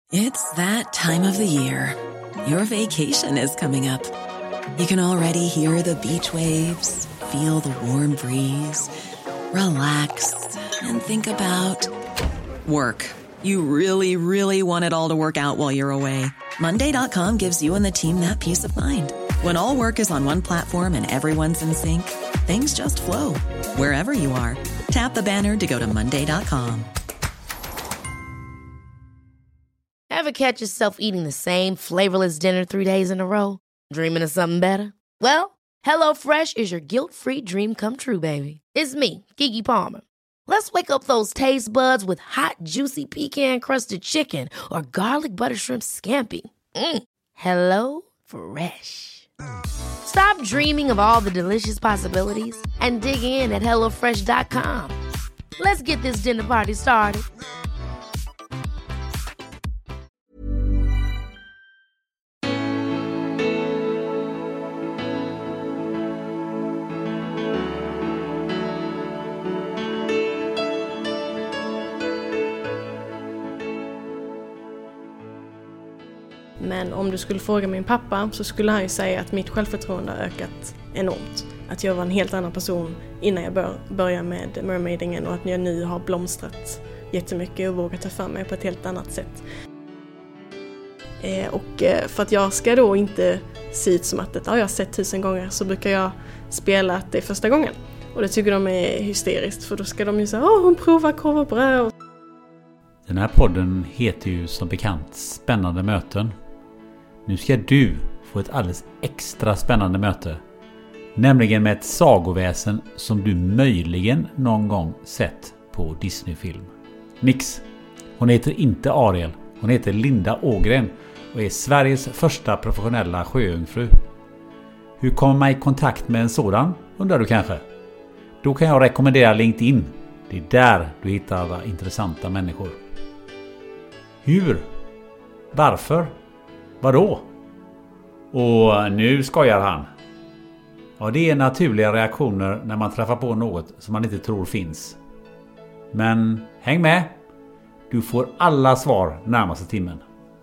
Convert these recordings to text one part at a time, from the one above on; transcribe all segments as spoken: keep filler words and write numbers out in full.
It's that time of the year. Your vacation is coming up. You can already hear the beach waves, feel the warm breeze, relax, and think about work. You really, really want it all to work out while you're away. Monday dot com gives you and the team that peace of mind. When all work is on one platform and everyone's in sync, things just flow. Wherever you are, tap the banner to go to monday dot com. Ever catch yourself eating the same flavorless dinner three days in a row? Dreaming of something better? Well, HelloFresh is your guilt-free dream come true, baby. It's me, Keke Palmer. Let's wake up those taste buds with hot, juicy pecan-crusted chicken or garlic butter shrimp scampi. Mm. Hello Fresh. Stop dreaming of all the delicious possibilities and dig in at hello fresh dot com. Let's get this dinner party started. Men om du skulle fråga min pappa så skulle han ju säga att mitt självförtroende har ökat enormt. Att jag var en helt annan person innan jag bör, började med mermaidingen och att jag nu har blomstrat jättemycket och vågat ta för mig på ett helt annat sätt. Eh, och eh, för att jag ska då inte se ut som att det, ja, jag har sett tusen gånger, så brukar jag spela att det är första gången. Och det tycker de är hysteriskt, för då ska de ju säga åh, hon provar korvbröd. Den här podden heter ju som bekant Spännande möten. Nu ska du få ett alldeles extra spännande möte. Nämligen med ett sagoväsen som du möjligen någon gång sett på Disney-film. Nix. Hon heter inte Ariel. Hon heter Linda Ågren och är Sveriges första professionella sjöjungfru. Hur kommer man i kontakt med en sådan, undrar du kanske? Då kan jag rekommendera LinkedIn. Det är där du hittar alla intressanta människor. Hur? Varför? Vadå? Och nu skojar han. Ja, det är naturliga reaktioner när man träffar på något som man inte tror finns. Men häng med. Du får alla svar närmaste timmen.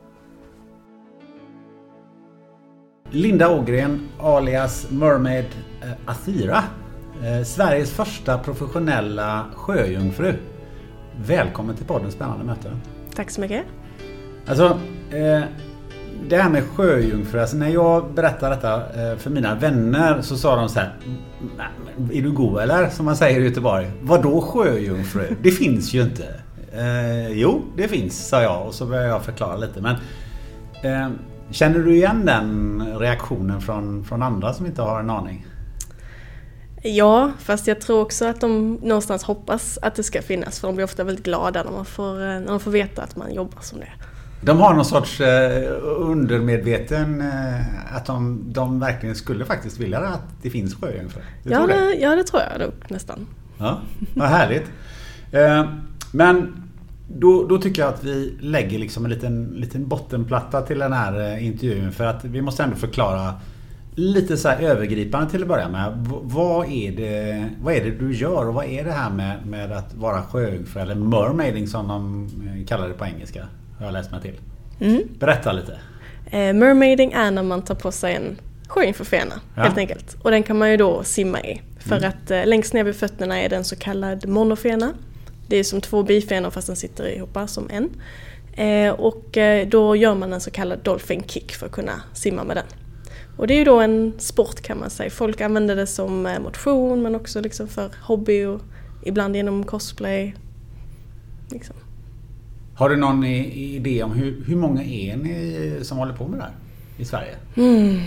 Linda Ågren alias Mermaid eh, Athira. Eh, Sveriges första professionella sjöjungfru. Välkommen till podden Spännande möten. Tack så mycket. Alltså, eh, det här med sjöjungfru, alltså när jag berättade detta eh, för mina vänner så sa de så här: är du god eller? Som man säger i Göteborg. Vadå sjöjungfru? Det finns ju inte. Eh, jo, det finns, sa jag, och så började jag förklara lite. Men eh, känner du igen den reaktionen från, från andra som inte har en aning? Ja, fast jag tror också att de någonstans hoppas att det ska finnas. För de blir ofta väldigt glada när man får, när de får veta att man jobbar som det. De har någon sorts eh, undermedveten eh, att de, de verkligen skulle faktiskt vilja att det finns sjöjungfru. Ja, det, ja, det tror jag nog nästan. Ja, vad härligt. Eh, men då, då tycker jag att vi lägger liksom en liten, liten bottenplatta till den här eh, intervjun. För att vi måste ändå förklara lite så här övergripande till att börja med. V- vad, är det, vad är det du gör och vad är det här med, med att vara sjöjungfru eller mermaiding som de kallar det på engelska? Har jag läst mig till. Mm. Berätta lite. Eh, mermaiding är när man tar på sig en sjöjungfrufena, ja. Helt enkelt. Och den kan man ju då simma i. För mm. att eh, längst ner vid fötterna är den så kallad monofena. Det är som två bifenor fast den sitter ihop som en. Eh, och eh, då gör man en så kallad dolphin kick för att kunna simma med den. Och det är ju då en sport kan man säga. Folk använder det som eh, motion men också liksom för hobby och ibland genom cosplay. Liksom. Har du någon idé om hur, hur många är ni som håller på med det här i Sverige? Mm.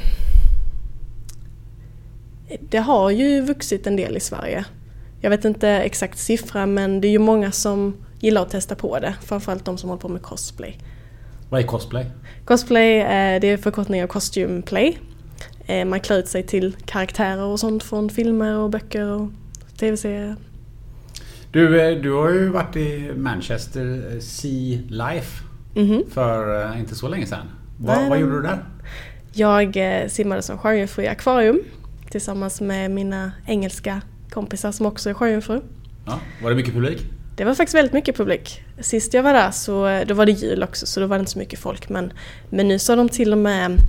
Det har ju vuxit en del i Sverige. Jag vet inte exakt siffra, men det är ju många som gillar att testa på det. Framförallt de som håller på med cosplay. Vad är cosplay? Cosplay det är förkortning av costume play. Man klär ut sig till karaktärer och sånt från filmer och böcker och tv-serier. Du, du har ju varit i Manchester Sea Life mm-hmm. för inte så länge sedan. Va, vad gjorde du där? Jag simmade som sjöjungfru i akvarium tillsammans med mina engelska kompisar som också är sjöjungfru. Ja, var det mycket publik? Det var faktiskt väldigt mycket publik. Sist jag var där så då var det jul också, så då var det inte så mycket folk. Men, men nu så har de till och med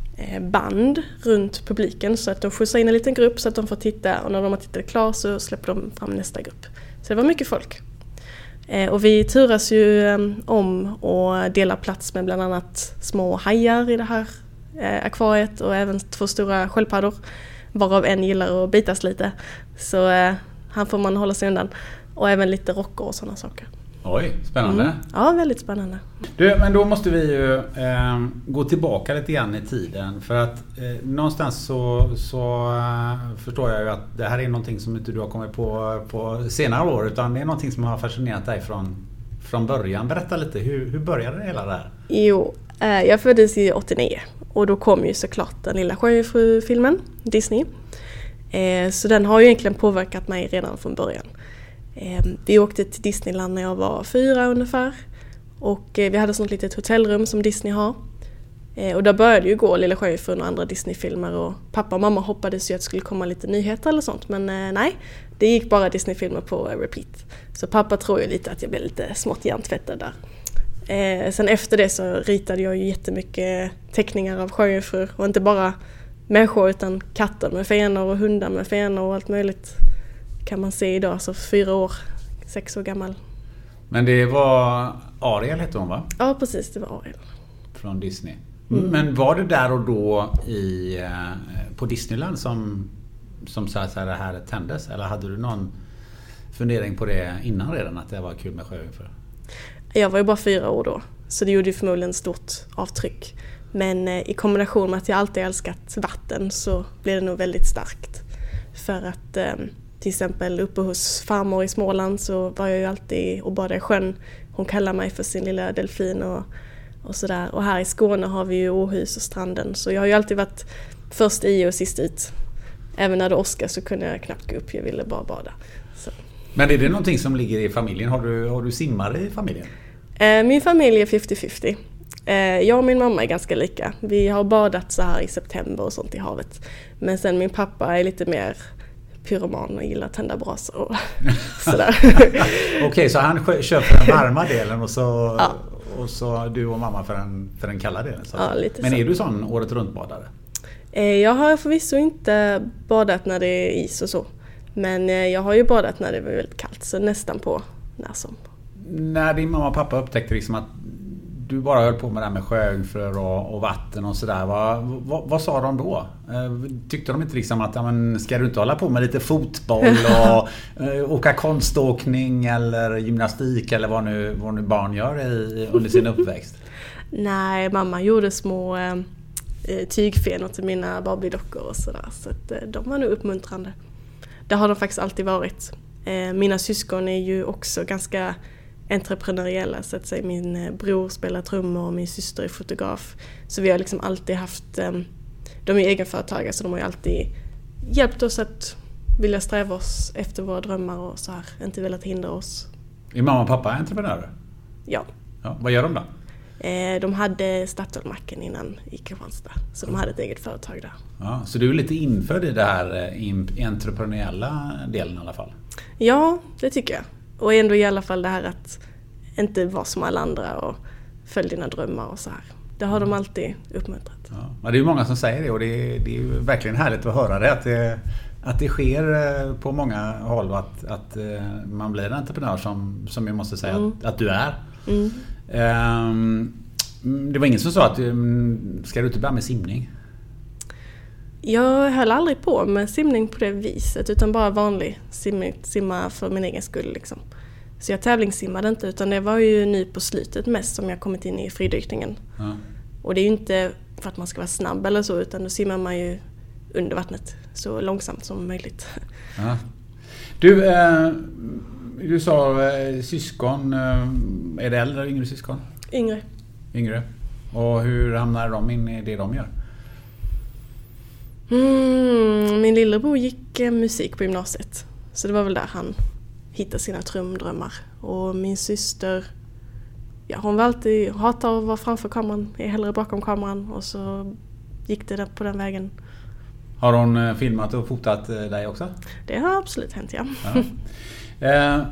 band runt publiken så att de skjutsar in en liten grupp så att de får titta. Och när de har tittat klart så släpper de fram nästa grupp. Så det var mycket folk. Och vi turas ju om och delar plats med bland annat små hajar i det här akvariet och även två stora sköldpaddor. Varav en gillar att bitas lite. Så här får man hålla sig undan. Och även lite rockor och sådana saker. Oj, spännande. Mm. Ja, väldigt spännande. Du, men då måste vi ju eh, gå tillbaka lite grann i tiden. För att eh, någonstans så, så eh, förstår jag ju att det här är någonting som inte du har kommit på på senare år. Utan det är någonting som har fascinerat dig från, från början. Berätta lite, hur, hur började det hela där? Jo, eh, jag föddes i åttionio. Och då kom ju såklart den lilla Sjöjungfru-filmen, Disney. Eh, så den har ju egentligen påverkat mig redan från början. Vi åkte till Disneyland när jag var fyra ungefär. Och vi hade sånt litet hotellrum som Disney har. Och där började ju gå Lilla Sjöjungfrun och andra Disney-filmer. Och pappa och mamma hoppades ju att det skulle komma lite nyheter eller sånt. Men nej, det gick bara Disney-filmer på repeat. Så pappa tror ju lite att jag blev lite smått hjärntvättad där. Sen efter det så ritade jag ju jättemycket teckningar av Sjöjungfrur. Och inte bara människor utan katter med fenor och hundar med fenor och allt möjligt. Kan man se idag, så fyra år, sex år gammal. Men det var Ariel hette hon, va? Ja, precis, det var Ariel. Från Disney. Mm. Men var det där och då i, på Disneyland som, som så här, så här, det här tändes? Eller hade du någon fundering på det innan redan, att det var kul med Sjöjungfrur? Jag var ju bara fyra år då, så det gjorde ju förmodligen stort avtryck. Men i kombination med att jag alltid älskat vatten så blev det nog väldigt starkt. För att... Till exempel uppe hos farmor i Småland så var jag ju alltid och badade i sjön. Hon kallar mig för sin lilla delfin och, och sådär. Och här i Skåne har vi ju Åhus och stranden. Så jag har ju alltid varit först i och sist ut. Även när det åskade så kunde jag knappt gå upp, jag ville bara bada. Så. Men är det någonting som ligger i familjen? Har du, har du simmare i familjen? Eh, min familj är femtio femtio. Eh, jag och min mamma är ganska lika. Vi har badat så här i september och sånt i havet. Men sen min pappa är lite mer... pyroman och gillar att tända brasor och sådär. Okej, okay, så han kör för den varma delen och så, ja. och så du och mamma för den, för den kalla delen. Så. Ja, lite Men så. är du sån året runt badare? Jag har förvisso inte badat när det är is och så. Men jag har ju badat när det var väldigt kallt, så nästan på när som. När din mamma och pappa upptäckte liksom att du bara höll på med det här med sjöjungfrur och, och vatten och sådär. Vad, vad, vad sa de då? Tyckte de inte liksom att ja, men ska du inte hålla på med lite fotboll och äh, åka konståkning eller gymnastik eller vad nu, vad nu barn gör i, under sin uppväxt? Nej, mamma gjorde små äh, tygfenor till mina Barbie-dockor och sådär. Så att, äh, de var nog uppmuntrande. Det har de faktiskt alltid varit. Äh, mina syskon är ju också ganska... entreprenöriella, så att säga. Min bror spelar trummor och min syster är fotograf. Så vi har liksom alltid haft, de är egenföretagare så de har ju alltid hjälpt oss att vilja sträva oss efter våra drömmar och så här, inte velat hindra oss. Är mamma och pappa entreprenörer? Ja. Ja. Vad gör de då? De hade Statoilmacken innan i Kristianstad, så de hade ett eget företag där. Ja, så du är lite infödd i det här entreprenöriella delen i alla fall? Ja, det tycker jag. Och ändå i alla fall det här att inte vara som alla andra och följa dina drömmar och så här. Det har de alltid uppmuntrat. Ja, det är ju många som säger det och det är, det är ju verkligen härligt att höra det. Att det, att det sker på många håll och att, att man blir en entreprenör som, som jag måste säga mm. att, att du är. Mm. Um, det var ingen som sa att ska du inte börja med simning? Jag höll aldrig på med simning på det viset utan bara vanlig simning, simma för min egen skull liksom. Så jag tävlingssimmade inte utan det var ju nu på slutet mest som jag kommit in i fridykningen. Ja. Och det är ju inte för att man ska vara snabb eller så utan då simmar man ju under vattnet så långsamt som möjligt. Ja. Du, eh, du sa eh, syskon, eh, är det äldre eller yngre syskon? Yngre. Yngre. Och hur hamnar de in i det de gör? Mm, min lillebror gick eh, musik på gymnasiet. Så det var väl där han hittade sina trumdrömmar. Och min syster, ja, hon var alltid hatar att vara framför kameran, är hellre bakom kameran. Och så gick det där på den vägen. Har hon filmat och fotat dig också? Det har absolut hänt, ja. ja. Eh,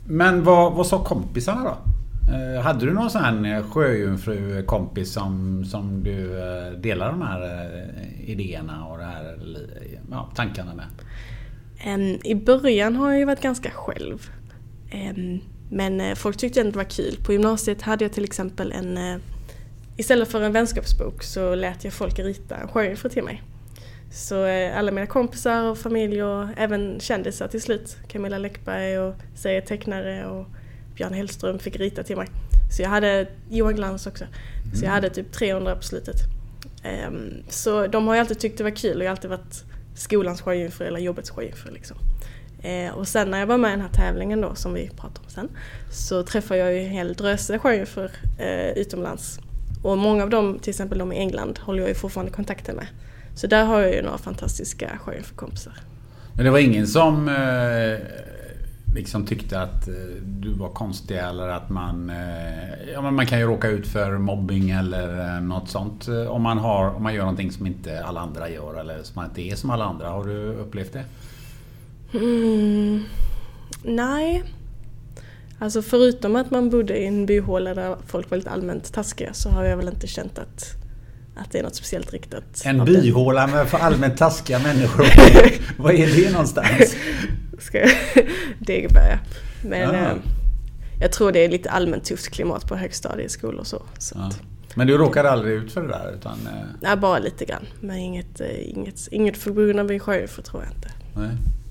Men vad, vad sa kompisarna då? Eh, hade du någon sån här sjöjungfru-kompis som, som du eh, delar de här eh, idéerna och det här, ja, tankarna med? Um, I början har jag ju varit ganska själv. Um, men uh, folk tyckte att det var kul. På gymnasiet hade jag till exempel en... Uh, istället för en vänskapsbok så lät jag folk rita en sjöjungfru till mig. Så uh, alla mina kompisar och familj och även kändisar till slut. Camilla Läckberg och Serie Tecknare och Björn Hellström fick rita till mig. Så jag hade Johan Glans också. Mm. Så jag hade typ trehundra på slutet. Um, så de har ju alltid tyckt det var kul och jag har alltid varit skolans sjöjungfru eller jobbets sjöjungfru liksom. Eh, och sen när jag var med i den här tävlingen då, som vi pratar om sen, så träffade jag ju en hel dröse sjöjungfrur eh, utomlands. Och många av dem, till exempel de i England, håller jag ju fortfarande kontakten med. Så där har jag ju några fantastiska sjöjungfrukompisar. Men det var ingen som eh, liksom tyckte att eh, du var konstig eller att man eh, ja, men man kan ju råka ut för mobbing eller eh, något sånt eh, om man har om man gör någonting som inte alla andra gör eller som man inte är som alla andra. Har du upplevt det? Mm, nej. Alltså förutom att man bodde i en byhåla där folk var lite allmänt taskiga så har jag väl inte känt att att det är något speciellt riktat. En byhåla med för allmänt taskiga människor. Vad är det någonstans? Ska jag Degeberga. Men ja. eh, jag tror det är lite allmänt tufft klimat på högstadieskolor och så. så ja. att, Men du råkade aldrig ut för det där? Utan, eh... Nej, bara lite grann. Men inget, eh, inget, inget för grund av en sjöjungfru tror jag inte. Nej.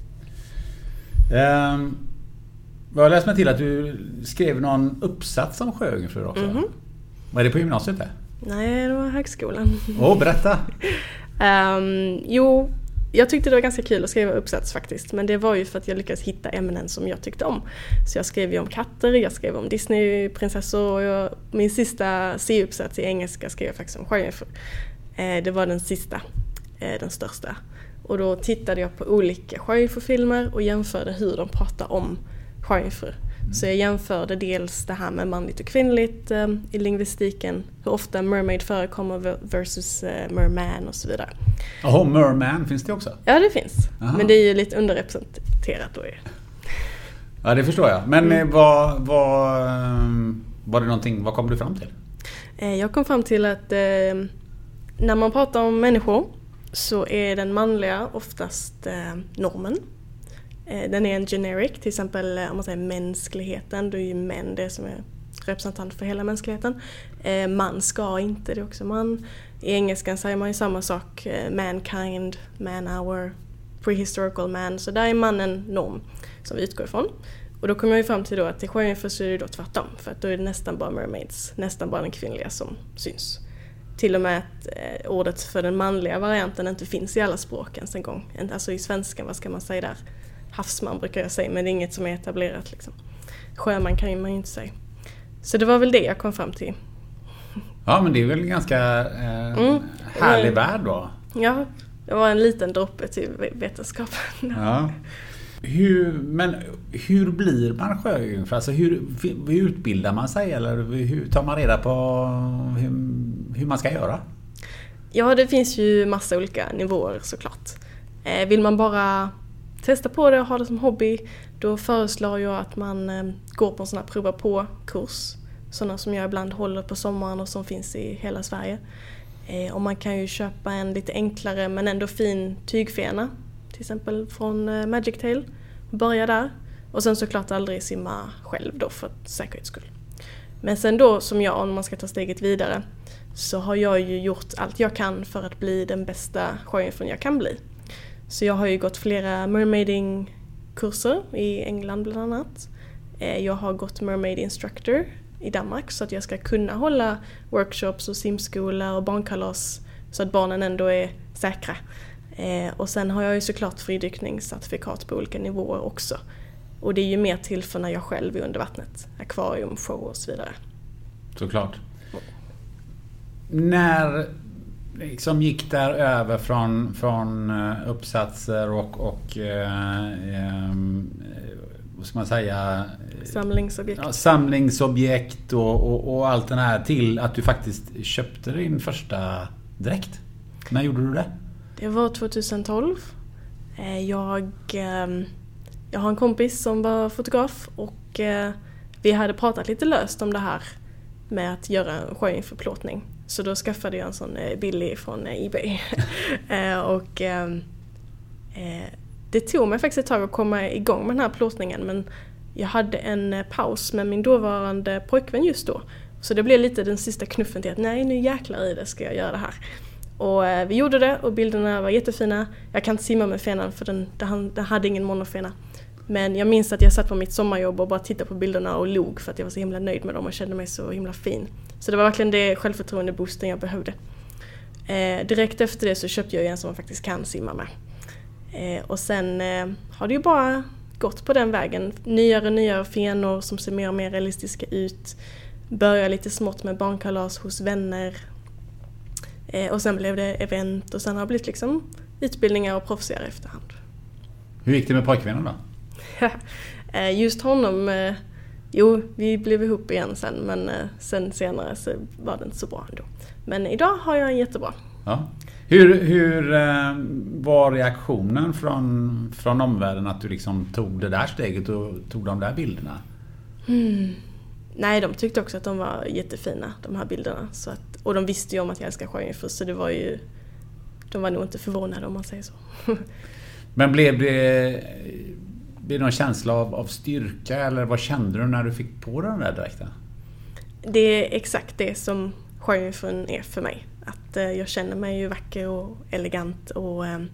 Um, jag har läst mig till att du skrev någon uppsats om sjöjungfrur också. Mm-hmm. Var det på gymnasiet det? Nej, det var högskolan. Åh, oh, berätta! um, jo, jag tyckte det var ganska kul att skriva uppsats faktiskt. Men det var ju för att jag lyckades hitta ämnen som jag tyckte om. Så jag skrev ju om katter, jag skrev om Disney-prinsessor och jag, min sista C-uppsats i engelska skrev jag faktiskt om sjöjungfrur. Eh, det var den sista, eh, den största. Och då tittade jag på olika sjöjungfrufilmer och jämförde hur de pratar om sjöjungfrur. Mm. Så jag jämförde dels det här med manligt och kvinnligt eh, i lingvistiken, hur ofta mermaid förekommer versus eh, merman och så vidare. Jaha, merman finns det också? Ja, det finns. Aha. Men det är ju lite underrepresenterat då. Ja, det förstår jag. Men mm. vad, vad, var det någonting, vad kom du fram till? Eh, jag kom fram till att eh, när man pratar om människor så är den manliga oftast eh, normen. Eh, den är en generic, till exempel om man säger mänskligheten, då är ju män det som är representant för hela mänskligheten. Eh, man ska inte, det är också man. I engelskan säger man ju samma sak, eh, mankind, man hour, prehistorical man. Så där är mannen norm som vi utgår ifrån. Och då kommer jag ju fram till då att i sjöjungfrur så är det då tvärtom. För att då är det nästan bara mermaids, nästan bara den kvinnliga som syns. Till och med att eh, ordet för den manliga varianten inte finns i alla språk ens en gång. Alltså i svenskan, vad ska man säga där? Havsman brukar jag säga, men det är inget som är etablerat. Liksom. Sjöman kan man ju inte säga. Så det var väl det jag kom fram till. Ja, men det är väl en ganska eh, mm. härlig mm. värld då. Ja, det var en liten droppe till vetenskapen. Ja. Hur, men hur blir man sjöjungfru? Alltså hur, hur utbildar man sig? Eller hur tar man reda på hur, hur man ska göra? Ja, det finns ju massa olika nivåer såklart. Eh, vill man bara testa på det och ha det som hobby, då föreslår jag att man eh, går på en sån här prova på-kurs. Sådana som jag ibland håller på sommaren och som finns i hela Sverige. Eh, och man kan ju köpa en lite enklare men ändå fin tygfena. Till exempel från eh, Magic Tail. Börja där. Och sen såklart aldrig simma själv då för säkerhets skull. Men sen då som jag, om man ska ta steget vidare, så har jag ju gjort allt jag kan för att bli den bästa sjöjungfrun jag kan bli. Så jag har ju gått flera mermaiding-kurser i England bland annat. Jag har gått mermaid instructor i Danmark så att jag ska kunna hålla workshops och simskola och barnkalas så att barnen ändå är säkra. Och sen har jag ju såklart fridykningscertifikat på olika nivåer också. Och det är ju mer till för när jag själv är under vattnet. Akvarium, show och så vidare. Såklart. När liksom gick där över från, från uppsatser och, och eh, eh, vad ska man säga? Samlingsobjekt. Ja, samlingsobjekt och, och, och allt det här till att du faktiskt köpte din första dräkt. När gjorde du det? Det var tjugohundratolv. Jag, jag har en kompis som var fotograf och och eh, vi hade pratat lite löst om det här med att göra en sjöjungfruplåtning. Så då skaffade jag en sån eh, billig från eh, eBay. eh, och eh, eh, det tog mig faktiskt ett tag att komma igång med den här plåtningen, men jag hade en eh, paus med min dåvarande pojkvän just då. Så det blev lite den sista knuffen till att nej, nu jäklar i det ska jag göra det här. Och eh, vi gjorde det och bilderna var jättefina. Jag kan inte simma med fenan för den, den, den hade ingen monofena. Men jag minns att jag satt på mitt sommarjobb och bara tittade på bilderna och log för att jag var så himla nöjd med dem och kände mig så himla fin. Så det var verkligen det självförtroende-boosten jag behövde. Eh, direkt efter det så köpte jag en som man faktiskt kan simma med. Eh, och sen eh, har det ju bara gått på den vägen. Nyare nyare fenor som ser mer och mer realistiska ut. Börja lite smått med barnkalas hos vänner. Eh, och sen blev det event och sen har det blivit liksom utbildningar och proffsigare efterhand. Hur gick det med pojkvännen då? eh, just honom, eh, jo vi blev ihop igen sen, men eh, sen senare så var det inte så bra ändå. Men idag har jag en jättebra. Ja. Hur, hur eh, var reaktionen från, från omvärlden att du liksom tog det där steget och tog de där bilderna? Mm. Nej, de tyckte också att de var jättefina, de här bilderna. Så att, och de visste ju om att jag älskar sjöjungfrur, så det var ju, de var nog inte förvånade om man säger så. Men blev det, blev det någon känsla av, av styrka, eller vad kände du när du fick på den där dräkten? Det är exakt det som sjöjungfrun är för mig. Att eh, jag känner mig ju vacker och elegant och eh,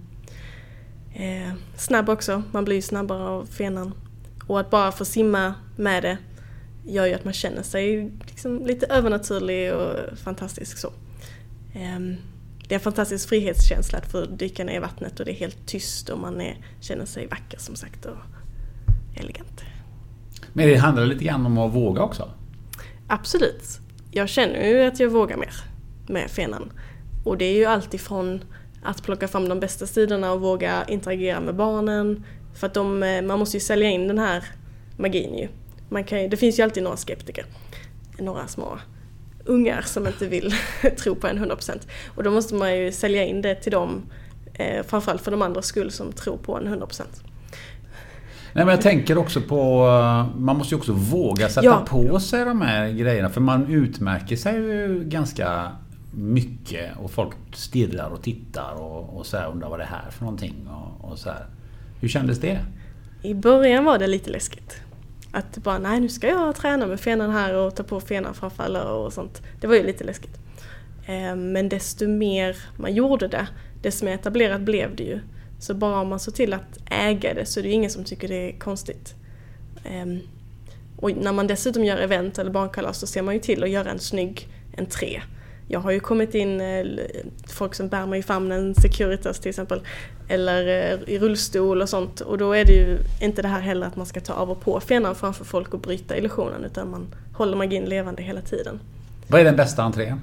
eh, snabb också. Man blir ju snabbare av fenan. Och att bara få simma med det gör ju att man känner sig liksom lite övernaturlig och fantastisk så. Um, det är en fantastisk frihetskänsla att få dyka ner i vattnet och det är helt tyst och man är, känner sig vacker som sagt och elegant. Men det handlar lite grann om att våga också? Absolut. Jag känner ju att jag vågar mer med fenan. Och det är ju alltid från att plocka fram de bästa sidorna och våga interagera med barnen. För att de, man måste ju sälja in den här magin ju. Man kan, det finns ju alltid några skeptiker. Några små ungar som inte vill tro på en hundra procent. Och då måste man ju sälja in det till dem. Eh, framförallt för de andra skull som tror på en hundra procent. Nej, men jag tänker också på, man måste ju också våga sätta ja. på sig de här grejerna. För man utmärker sig ju ganska mycket. Och folk stirrar och tittar och, och så här, undrar vad det är här för någonting. Och, och så här. Hur kändes det? I början var det lite läskigt. Att bara, nej nu ska jag träna med fenan här och ta på fenan framför alla och sånt. Det var ju lite läskigt. Eh, men desto mer man gjorde det, desto mer etablerat blev det ju. Så bara om man så till att äga det så är det ingen som tycker det är konstigt. Eh, och när man dessutom gör event eller barnkalas så ser man ju till att göra en snygg entré. Jag har ju kommit in eh, folk som bär mig i famnen, Securitas till exempel, eller eh, i rullstol och sånt. Och då är det ju inte det här heller att man ska ta av och på fenan framför folk och bryta illusionen, utan man håller magin levande hela tiden. Vad är den bästa entrén?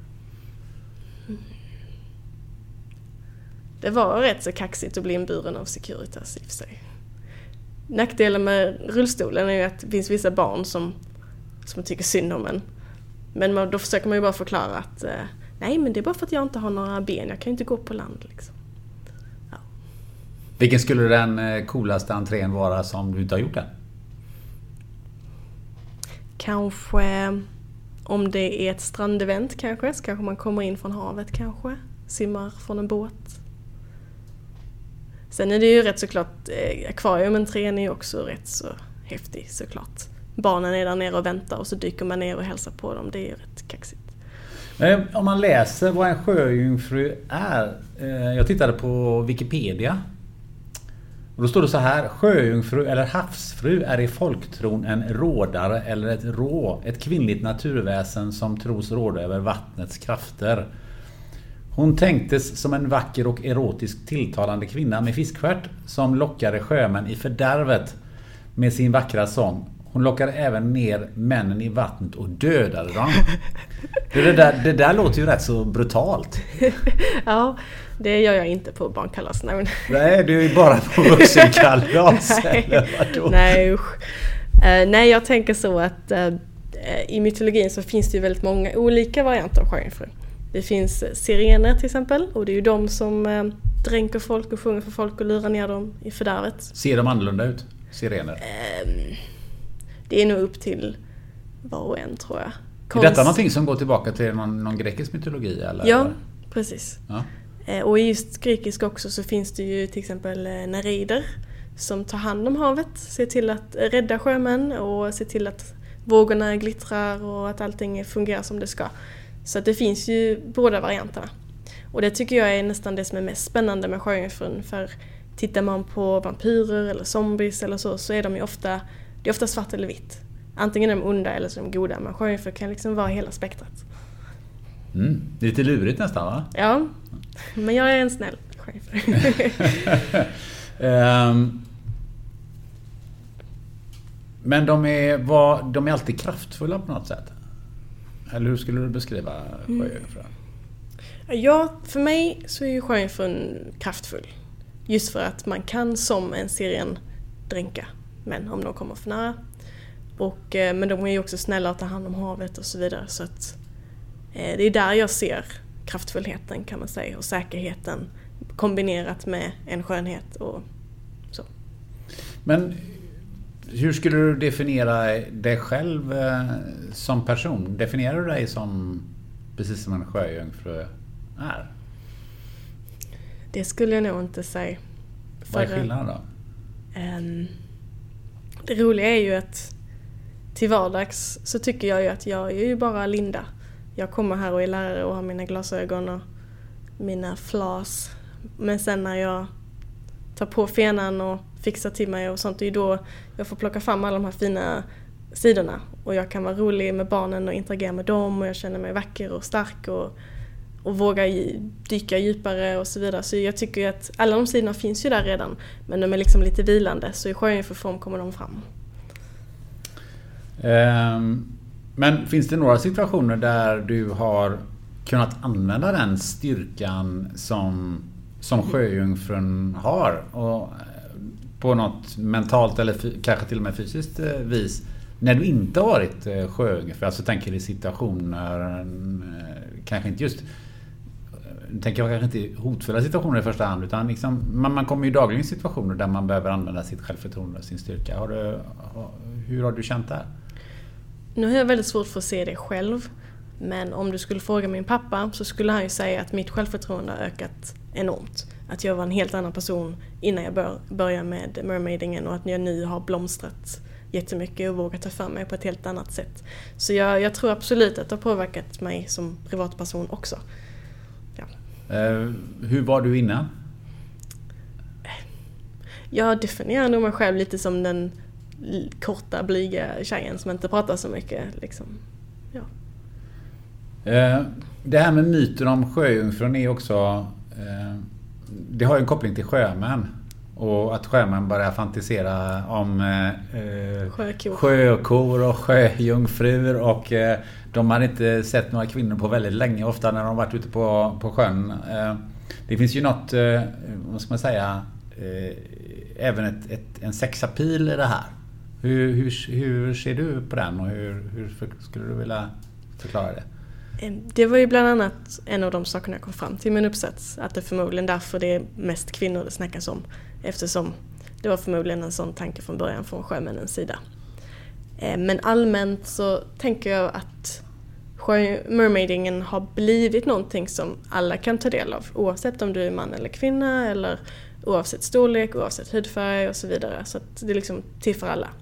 Det var rätt så kaxigt att bli inburen av Securitas i och för sig. Nackdelen med rullstolen är ju att det finns vissa barn som, som tycker synd om en. Men man, då försöker man ju bara förklara att eh, nej, men det är bara för att jag inte har några ben. Jag kan ju inte gå på land liksom. Ja. Vilken skulle den coolaste entrén vara som du inte har gjort än? Kanske om det är ett strandevent kanske. Så kanske man kommer in från havet kanske. Simmar från en båt. Sen är det ju rätt såklart, eh, akvariumentrén är ju också rätt så häftig såklart. Barnen är där nere och väntar och så dyker man ner och hälsar på dem. Det är ju rätt kaxigt. Om man läser vad en sjöjungfru är. Jag tittade på Wikipedia. Och då står det så här: sjöjungfru eller havsfru är i folktron en rådare eller ett rå, ett kvinnligt naturväsen som tros råda över vattnets krafter. Hon tänktes som en vacker och erotisk tilltalande kvinna med fiskstjärt som lockade sjömän i fördärvet med sin vackra sång. Hon lockade även ner männen i vattnet och dödade dem. Det där, det där låter ju rätt så brutalt. Ja, det gör jag inte på barnkalas. Nej, men... Nej, du är ju bara på vuxenkalas. Nej, nej, usch. Uh, nej, jag tänker så att uh, i mytologin så finns det ju väldigt många olika varianter av sjöjungfrur. Det finns sirener till exempel, och det är ju de som uh, dränker folk och sjunger för folk och lurar ner dem i fördärvet. Ser de annorlunda ut, sirener? Uh, det är nog upp till var och en, tror jag. Konst... Är detta någonting som går tillbaka till någon, någon grekisk mytologi? Eller? Ja, precis. Ja. Och i just grekisk också så finns det ju till exempel nereider som tar hand om havet, ser till att rädda sjömän och ser till att vågorna glittrar och att allting fungerar som det ska. Så att det finns ju båda varianterna. Och det tycker jag är nästan det som är mest spännande med sjöjungfrun, för tittar man på vampyrer eller zombies eller så, så är de ju ofta, det är ofta svart eller vitt. Antingen är de onda eller så är de goda, men sjöjungfrun kan liksom vara hela spektrat. Mm, det är lite lurigt nästan, va? Ja, men jag är en snäll sjöjungfru. um, men de är, var, de är alltid kraftfulla på något sätt? Eller hur skulle du beskriva sjöjungfrun? Mm. Ja, för mig så är ju sjöjungfrun kraftfull. Just för att man kan som en siren dränka män om de kommer för nära. Och, men de är ju också snälla att ta hand om havet och så vidare. Så att, eh, det är där jag ser kraftfullheten, kan man säga, och säkerheten kombinerat med en skönhet och så. Men hur skulle du definiera dig själv eh, som person? Definierar du dig som precis som en sjöjungfru är? Det skulle jag nog inte säga. Vad är skillnaden då? Um, det roliga är ju att till vardags så tycker jag ju att jag är ju bara Linda. Jag kommer här och är lärare och har mina glasögon och mina flas. Men sen när jag tar på fenan och fixar till mig och sånt, det är ju då jag får plocka fram alla de här fina sidorna. Och jag kan vara rolig med barnen och interagera med dem, och jag känner mig vacker och stark och, och vågar dyka djupare och så vidare. Så jag tycker ju att alla de sidorna finns ju där redan, men de är liksom lite vilande, så i sjöjungfruform kommer de fram. Um, men finns det några situationer där du har kunnat använda den styrkan som, som sjöjungfrun har, och på något mentalt eller f- kanske till och med fysiskt eh, vis, när du inte har varit eh, sjöjungfru? Alltså tänker i situationer, eh, kanske inte just tänker jag kanske inte hotfulla situationer i första hand, utan liksom, man, man kommer ju dagligen i situationer där man behöver använda sitt självförtroende och sin styrka. Har du, har, hur har du känt det här? Nu har jag väldigt svårt för att se det själv, men om du skulle fråga min pappa så skulle han ju säga att mitt självförtroende har ökat enormt. Att jag var en helt annan person innan jag bör, började med mermaidingen, och att jag nu har blomstrat jättemycket och vågat ta för mig på ett helt annat sätt. Så jag, jag tror absolut att det har påverkat mig som privatperson också. Ja. Uh, hur var du innan? Jag definierar nog mig själv lite som den korta, blyga tjejen som inte pratar så mycket. Liksom. Ja. Uh, det här med myten om sjöjungfrun är också... Uh, det har ju en koppling till sjömän. Och att sjömän börjar fantisera om eh, sjökor. sjökor och sjöjungfrur. Och eh, de har inte sett några kvinnor på väldigt länge. Ofta när de varit ute på, på sjön. Eh, det finns ju något, eh, vad ska man säga, eh, även ett, ett, en sexapil i det här. Hur, hur, hur ser du på den, och hur, hur skulle du vilja förklara det? Det var ju bland annat en av de sakerna jag kom fram till i min uppsats. Att det är förmodligen därför det är mest kvinnor det snackas om. Eftersom det var förmodligen en sån tanke från början från sjömännens sida. Men allmänt så tänker jag att mermaidingen har blivit någonting som alla kan ta del av. Oavsett om du är man eller kvinna, eller oavsett storlek, oavsett hudfärg och så vidare. Så att det är liksom till för alla.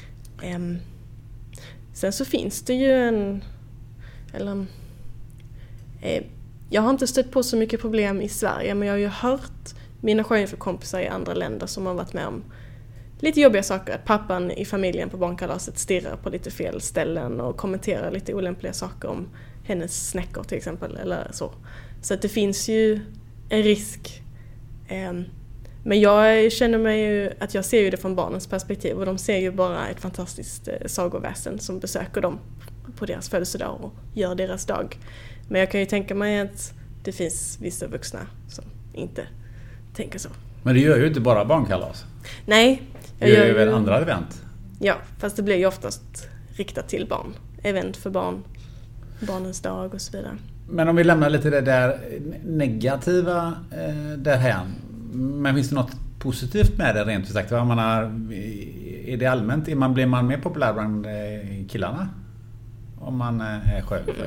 Sen så finns det ju en... Eller, eh, jag har inte stött på så mycket problem i Sverige, men jag har ju hört mina sjöjungfrukompisar i andra länder som har varit med om lite jobbiga saker. Att pappan i familjen på barnkalaset stirrar på lite fel ställen och kommenterar lite olämpliga saker om hennes snäckor till exempel, eller så. Så att det finns ju en risk. Eh, men jag känner mig ju att jag ser ju det från barnens perspektiv, och de ser ju bara ett fantastiskt eh, sagoväsen som besöker dem på deras födelsedag och gör deras dag. Men jag kan ju tänka mig att det finns vissa vuxna som inte tänker så. Men det gör ju inte bara barnkalas. Nej. Jag det gör ju väl andra event. Ja, fast det blir ju oftast riktat till barn. Event för barn, barnens dag och så vidare. Men om vi lämnar lite det där negativa eh, därhän. Men finns det något positivt med det rent sagt? Jag menar, är det allmänt, är man, blir man mer populär bland killarna om man är sjöjungfru?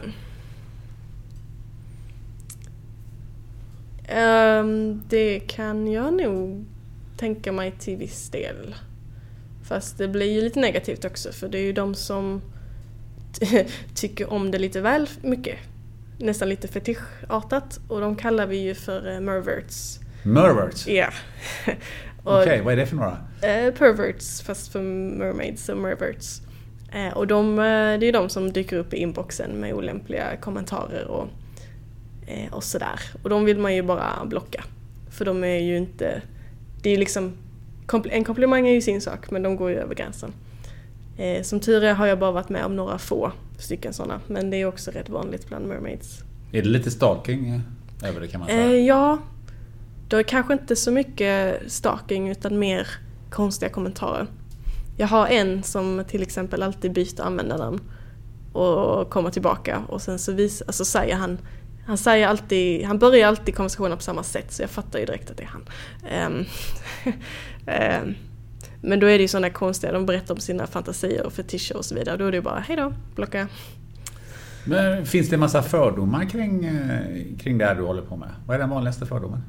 Um, det kan jag nog tänka mig till viss del. Fast det blir ju lite negativt också, för det är ju de som t- tycker om det lite väl mycket. Nästan lite fetischartat, och de kallar vi ju för uh, merverts. Merverts? Ja. Okej, okay, vad är det för några? Uh, perverts, fast för mermaids och merverts. Uh, och de, uh, det är de som dyker upp i inboxen med olämpliga kommentarer och, uh, och sådär. Och de vill man ju bara blocka. För de är ju inte... Det är liksom... En komplimang är ju sin sak, men de går ju över gränsen. Uh, som tur är har jag bara varit med om några få stycken sådana. Men det är också rätt vanligt bland mermaids. Är det lite stalking över det, kan man säga? Uh, ja... Det är kanske inte så mycket stalking utan mer konstiga kommentarer. Jag har en som till exempel alltid byter användarnamn och kommer tillbaka, och sen så vis, alltså säger han han säger alltid, han börjar alltid konversationen på samma sätt, så jag fattar ju direkt att det är han. Um, um, men då är det ju sådana konstiga, de berättar om sina fantasier och fetischer och så vidare. Då är det ju bara, hej då, blocka. Men finns det en massa fördomar kring, kring det här du håller på med? Vad är den vanligaste fördomen?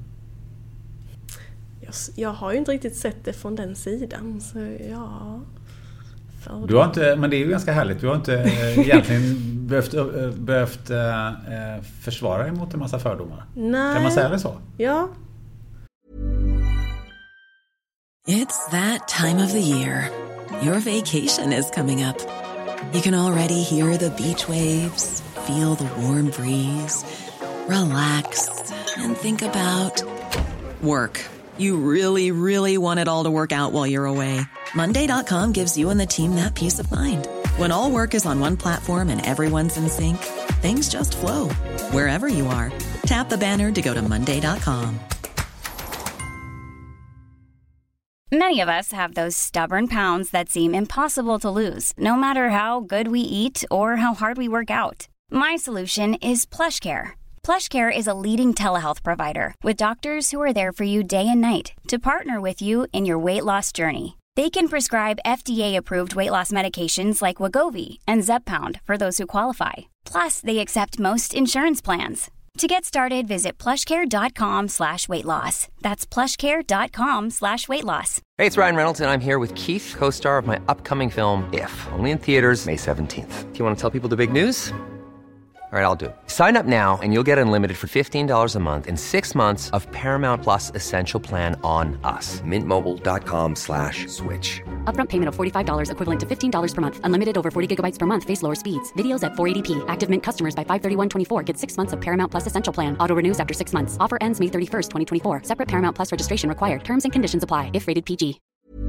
Jag har ju inte riktigt sett det från den sidan, så ja... Du har inte, men det är ju ganska härligt. Du har inte egentligen behövt, behövt äh, försvara dig mot en massa fördomar. Nej. Kan man säga det så? Ja. It's that time of the year. Your vacation is coming up. You can already hear the beach waves, feel the warm breeze, relax and think about work. You really, really want it all to work out while you're away. Monday dot com gives you and the team that peace of mind. When all work is on one platform and everyone's in sync, things just flow. Wherever you are, tap the banner to go to Monday dot com. Many of us have those stubborn pounds that seem impossible to lose, no matter how good we eat or how hard we work out. My solution is PlushCare. PlushCare is a leading telehealth provider with doctors who are there for you day and night to partner with you in your weight loss journey. They can prescribe F D A-approved weight loss medications like Wegovy and Zepbound for those who qualify. Plus, they accept most insurance plans. To get started, visit plushcare.com slash weight loss. That's plushcare.com slash weight loss. Hey, it's Ryan Reynolds, and I'm here with Keith, co-star of my upcoming film, If, only in theaters May seventeenth. Do you want to tell people the big news? All right, I'll do it. Sign up now and you'll get unlimited for fifteen dollars a month and six months of Paramount Plus Essential Plan on us. Mint Mobile dot com slash switch. Upfront payment of forty-five dollars equivalent to fifteen dollars per month. Unlimited over forty gigabytes per month. Face lower speeds. Videos at four eighty p. Active Mint customers by five thirty-one twenty-four get six months of Paramount Plus Essential Plan. Auto renews after six months. Offer ends May thirty-first, twenty twenty-four. Separate Paramount Plus registration required. Terms and conditions apply if rated P G.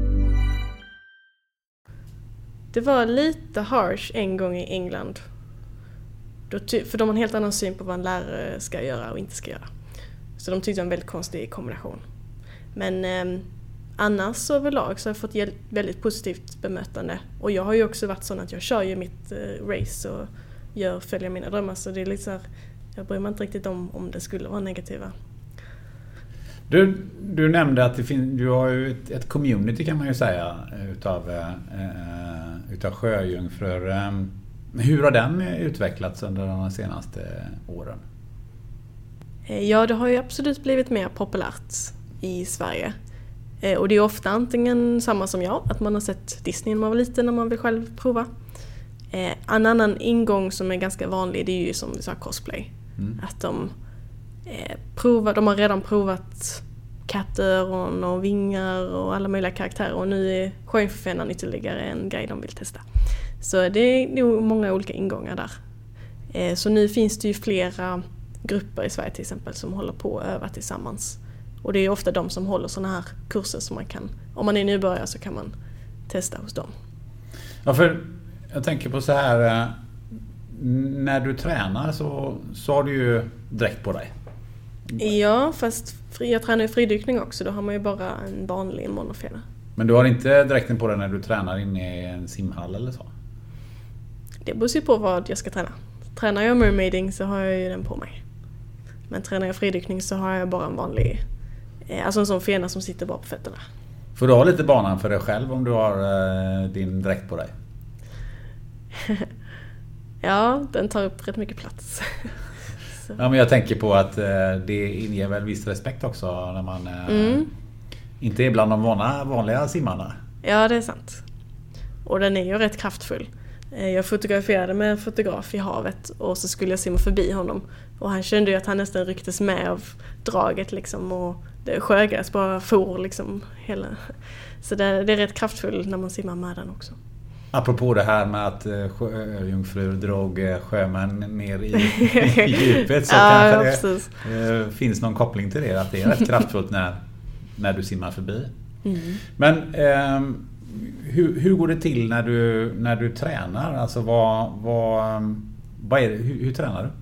Det var lite harsh en gång i England. Då ty- för de har en helt annan syn på vad en lärare ska göra och inte ska göra. Så de tyckte det var en väldigt konstig kombination. Men eh, annars så överlag så har jag fått hjäl- väldigt positivt bemötande. Och jag har ju också varit sån att jag kör ju mitt eh, race och gör, följer mina drömmar. Så det är lite så här, jag bryr mig inte riktigt om om det skulle vara negativa. Du, du nämnde att det fin- du har ju ett, ett community, kan man ju säga, utav, uh, utav sjöjungfrur. Um, hur har den utvecklats under de senaste åren? Ja, det har ju absolut blivit mer populärt i Sverige. Och det är ofta antingen samma som jag, att man har sett Disney när man var liten, när man vill själv prova. En annan ingång som är ganska vanlig, det är ju som vi sa, cosplay. Mm. Att de eh, provar, de har redan provat kattöron och vingar och alla möjliga karaktärer, och nu är sjöjungfrufenan ytterligare en grej de vill testa. Så det är nog många olika ingångar där. Eh, så nu finns det ju flera grupper i Sverige till exempel som håller på att öva tillsammans. Och det är ofta de som håller såna här kurser som man kan, om man är nybörjare så kan man testa hos dem. Ja, för jag tänker på så här, när du tränar så, så har du ju dräkt på dig. Ja, fast jag tränar ju fridykning också, då har man ju bara en vanlig monofena. Men du har inte dräkten på dig när du tränar inne i en simhall eller så? Det beror ju på vad jag ska träna. Tränar jag mermaiding så har jag ju den på mig. Men tränar jag fridykning så har jag bara en vanlig, alltså en sån fena som sitter bara på fötterna. Får du ha lite banan för dig själv om du har eh, din dräkt på dig? Ja, den tar upp rätt mycket plats. Ja, men jag tänker på att eh, det inger väl viss respekt också när man eh, mm. inte är bland de vanliga, vanliga simmarna. Ja, det är sant. Och den är ju rätt kraftfull. Jag fotograferade med en fotograf i havet och så skulle jag simma förbi honom. Och han kände ju att han nästan rycktes med av draget liksom, och det sjögräs bara for liksom hela. Så det, det är rätt kraftfull när man simmar med den också. Apropå det här med att sjöjungfrur drog sjömän ner i, i djupet så ja, kanske ja, det eh, finns någon koppling till det, att det är rätt kraftfullt när, när du simmar förbi. Mm. Men eh, hur, hur går det till när du, när du tränar? Alltså vad, vad, vad är det? Hur, hur tränar du?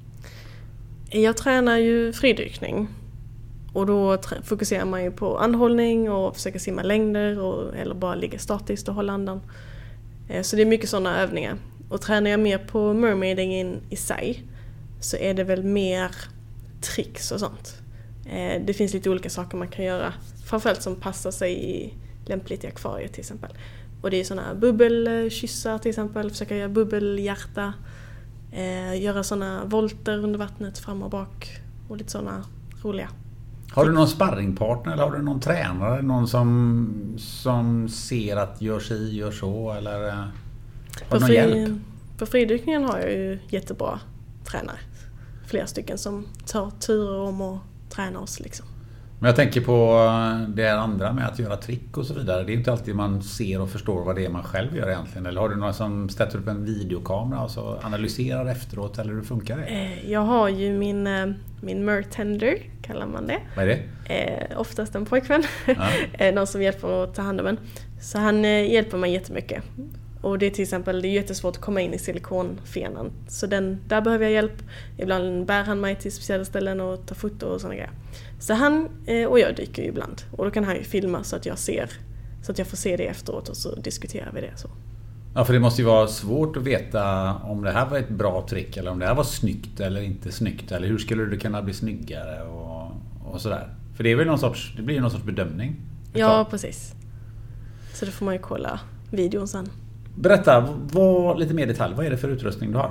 Jag tränar ju fridykning. Och då fokuserar man ju på andhållning och försöka simma längder och, eller bara ligga statiskt och hålla andan. Så det är mycket sådana övningar. Och tränar jag mer på mermaiding i sig så är det väl mer tricks och sånt. Det finns lite olika saker man kan göra. Framförallt som passar sig i, lämpligt i akvariet till exempel. Och det är sådana bubbelkyssar till exempel. Försöka göra bubbelhjärta. Göra sådana volter under vattnet fram och bak. Och lite sådana roliga. Har du någon sparringpartner eller har du någon tränare? Någon som, som ser att gör sig, gör så? Eller har du någon fri, hjälp? På fridykningen har jag ju jättebra tränare. Flera stycken som tar turer om och tränar oss liksom. Men jag tänker på det andra med att göra trick och så vidare. Det är inte alltid man ser och förstår vad det är man själv gör egentligen. Eller har du någon som sätter upp en videokamera och så analyserar efteråt, eller hur funkar det? Jag har ju min, min mertender, kallar man det. Vad är det? Eh, oftast en pojkvän. Ja. Någon som hjälper att ta hand om en. Så han eh, hjälper mig jättemycket. Och det är till exempel, det är jättesvårt att komma in i silikonfenan. Så den, där behöver jag hjälp. Ibland bär han mig till speciella ställen och tar foto och sådana grejer. Så han eh, och jag dyker ju ibland. Och då kan han ju filma så att jag ser, så att jag får se det efteråt och så diskuterar vi det så. Ja, för det måste ju vara svårt att veta om det här var ett bra trick eller om det här var snyggt eller inte snyggt. Eller hur skulle det kunna bli snyggare och, och sådär. För det är väl någon sorts, det blir ju någon sorts bedömning. Ja, precis. Så då får man ju kolla videon sen. Berätta, vad, lite mer detalj. Vad är det för utrustning du har?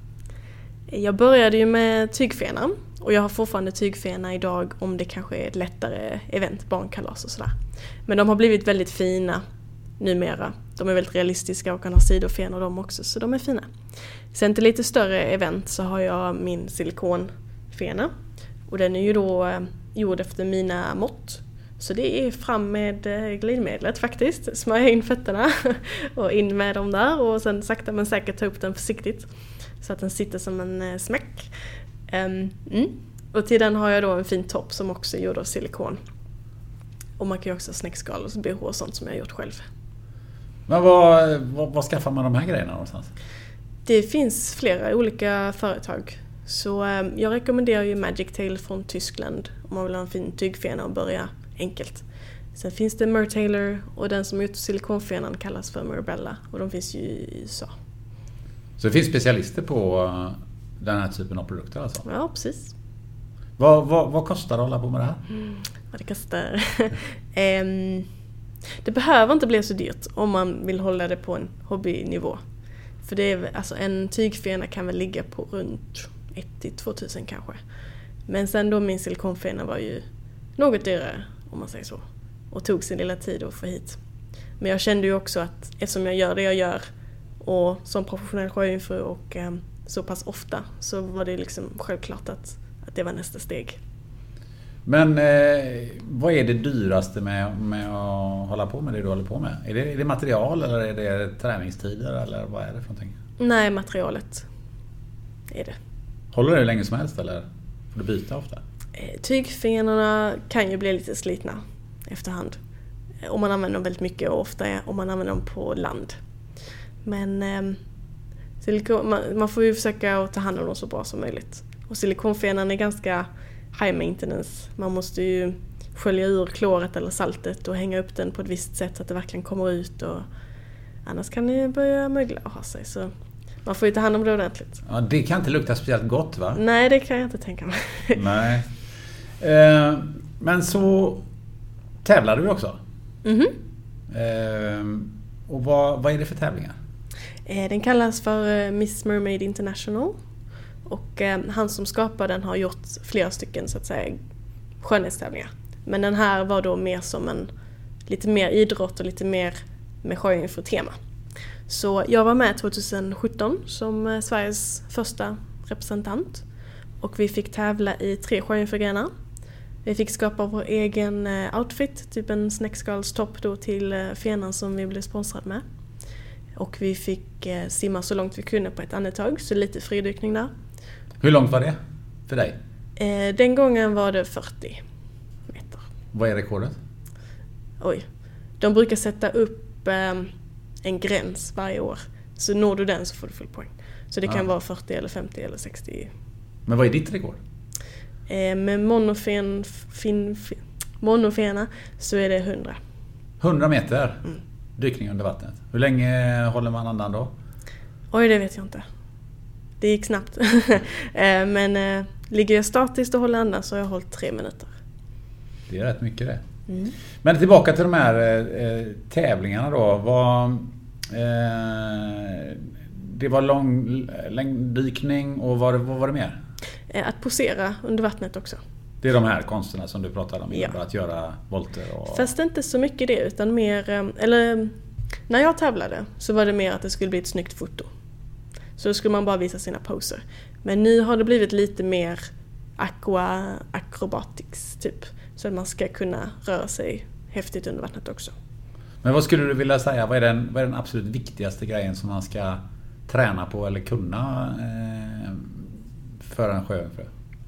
Jag började ju med tygfena. Och jag har fortfarande tygfena idag om det kanske är ett lättare event, barnkalas och sådär. Men de har blivit väldigt fina numera. De är väldigt realistiska och kan ha sidofenor de också, så de är fina. Sen till lite större event så har jag min silikonfena. Och den är ju då eh, gjord efter mina mått. Så det är fram med glidmedlet faktiskt. Smörja in fötterna och in med dem där. Och sen sakta men säkert ta upp den försiktigt. Så att den sitter som en smäck. Um, mm. Och till den har jag då en fin topp som också är gjord av silikon. Och man kan ju också ha snäckskal och B H och sånt som jag har gjort själv. Men vad, vad, vad skaffar man de här grejerna någonstans? Det finns flera olika företag. Så um, jag rekommenderar ju Magic Tail från Tyskland om man vill ha en fin tygfena och börja enkelt. Sen finns det Mertailor och den som gjort silikonfenan kallas för Merbella och de finns ju i U S A. Så det finns specialister på den här typen av produkter alltså? Ja, precis. Vad, vad, vad kostar det att hålla på med det här? Mm, vad det kostar? um, det behöver inte bli så dyrt om man vill hålla det på en hobbynivå. För det är, alltså, en tygfena kan väl ligga på runt ett till två tusen kanske. Men sen då min silikonfena var ju något dyrare om man säger så. Och tog sin lilla tid att få hit. Men jag kände ju också att eftersom jag gör det jag gör och som professionell sjöjungfru och eh, så pass ofta så var det liksom självklart att, att det var nästa steg. Men eh, vad är det dyraste med, med att hålla på med det du håller på med? Är det, är det material eller är det träningstider eller vad är det för någonting? Nej, materialet är det. Håller det hur länge som helst eller får du byta ofta? Tygfenorna kan ju bli lite slitna efterhand. Om man använder dem väldigt mycket och ofta är om man använder dem på land. Men eh, silikon, man, man får ju försöka att ta hand om dem så bra som möjligt. Och silikonfenan är ganska high maintenance. Man måste ju skölja ur kloret eller saltet och hänga upp den på ett visst sätt så att det verkligen kommer ut. Och annars kan det börja mögla och ha sig. Så man får ju ta hand om det ordentligt. Ja, det kan inte lukta speciellt gott va? Nej, det kan jag inte tänka mig. Nej. Eh, men så tävlar du också? Mhm. Ehm, och vad, vad är det för tävlingar? Eh, Den kallas för eh, Miss Mermaid International. Och eh, han som skapar den har gjort flera stycken så att säga skönhetstävlingar. Men den här var då mer som en lite mer idrott och lite mer med sjöjungfru-tema. Så jag var med tjugosjutton som eh, Sveriges första representant. Och vi fick tävla i tre sjöjungfrugrenar. Vi fick skapa vår egen eh, outfit, typ en snäckskalstopp då till eh, fenan som vi blev sponsrade med. Och vi fick eh, simma så långt vi kunde på ett andetag, så lite fridykning där. Hur långt var det för dig? Eh, den gången var det fyrtio meter. Vad är rekordet? Oj. De brukar sätta upp eh, en gräns varje år. Så når du den så får du full poäng. Så det kan Ja. vara fyrtio eller femtio eller sextio. Men vad är ditt rekord? Eh, med monofen, fin, fin, monofena så är det hundra. hundra meter Mm. dykning under vattnet. Hur länge håller man andan då? Oj, det vet jag inte. Det gick snabbt. eh, men eh, ligger jag statiskt och håller andan så har jag hållit tre minuter. Det är rätt mycket det. Mm. Men tillbaka till de här eh, tävlingarna då. Vad, eh, det var lång längddykning och vad, vad var det mer? Eh, att posera under vattnet också. Det är de här konsterna som du pratade om innan, Ja. att göra volter och... Fast inte så mycket det utan mer, eh, eller när jag tävlade så var det mer att det skulle bli ett snyggt foto. Så då skulle man bara visa sina poser. Men nu har det blivit lite mer aqua acrobatics typ. Så att man ska kunna röra sig häftigt under vattnet också. Men vad skulle du vilja säga, vad är den, vad är den absolut viktigaste grejen som man ska träna på eller kunna eh, för en sjöjungfru?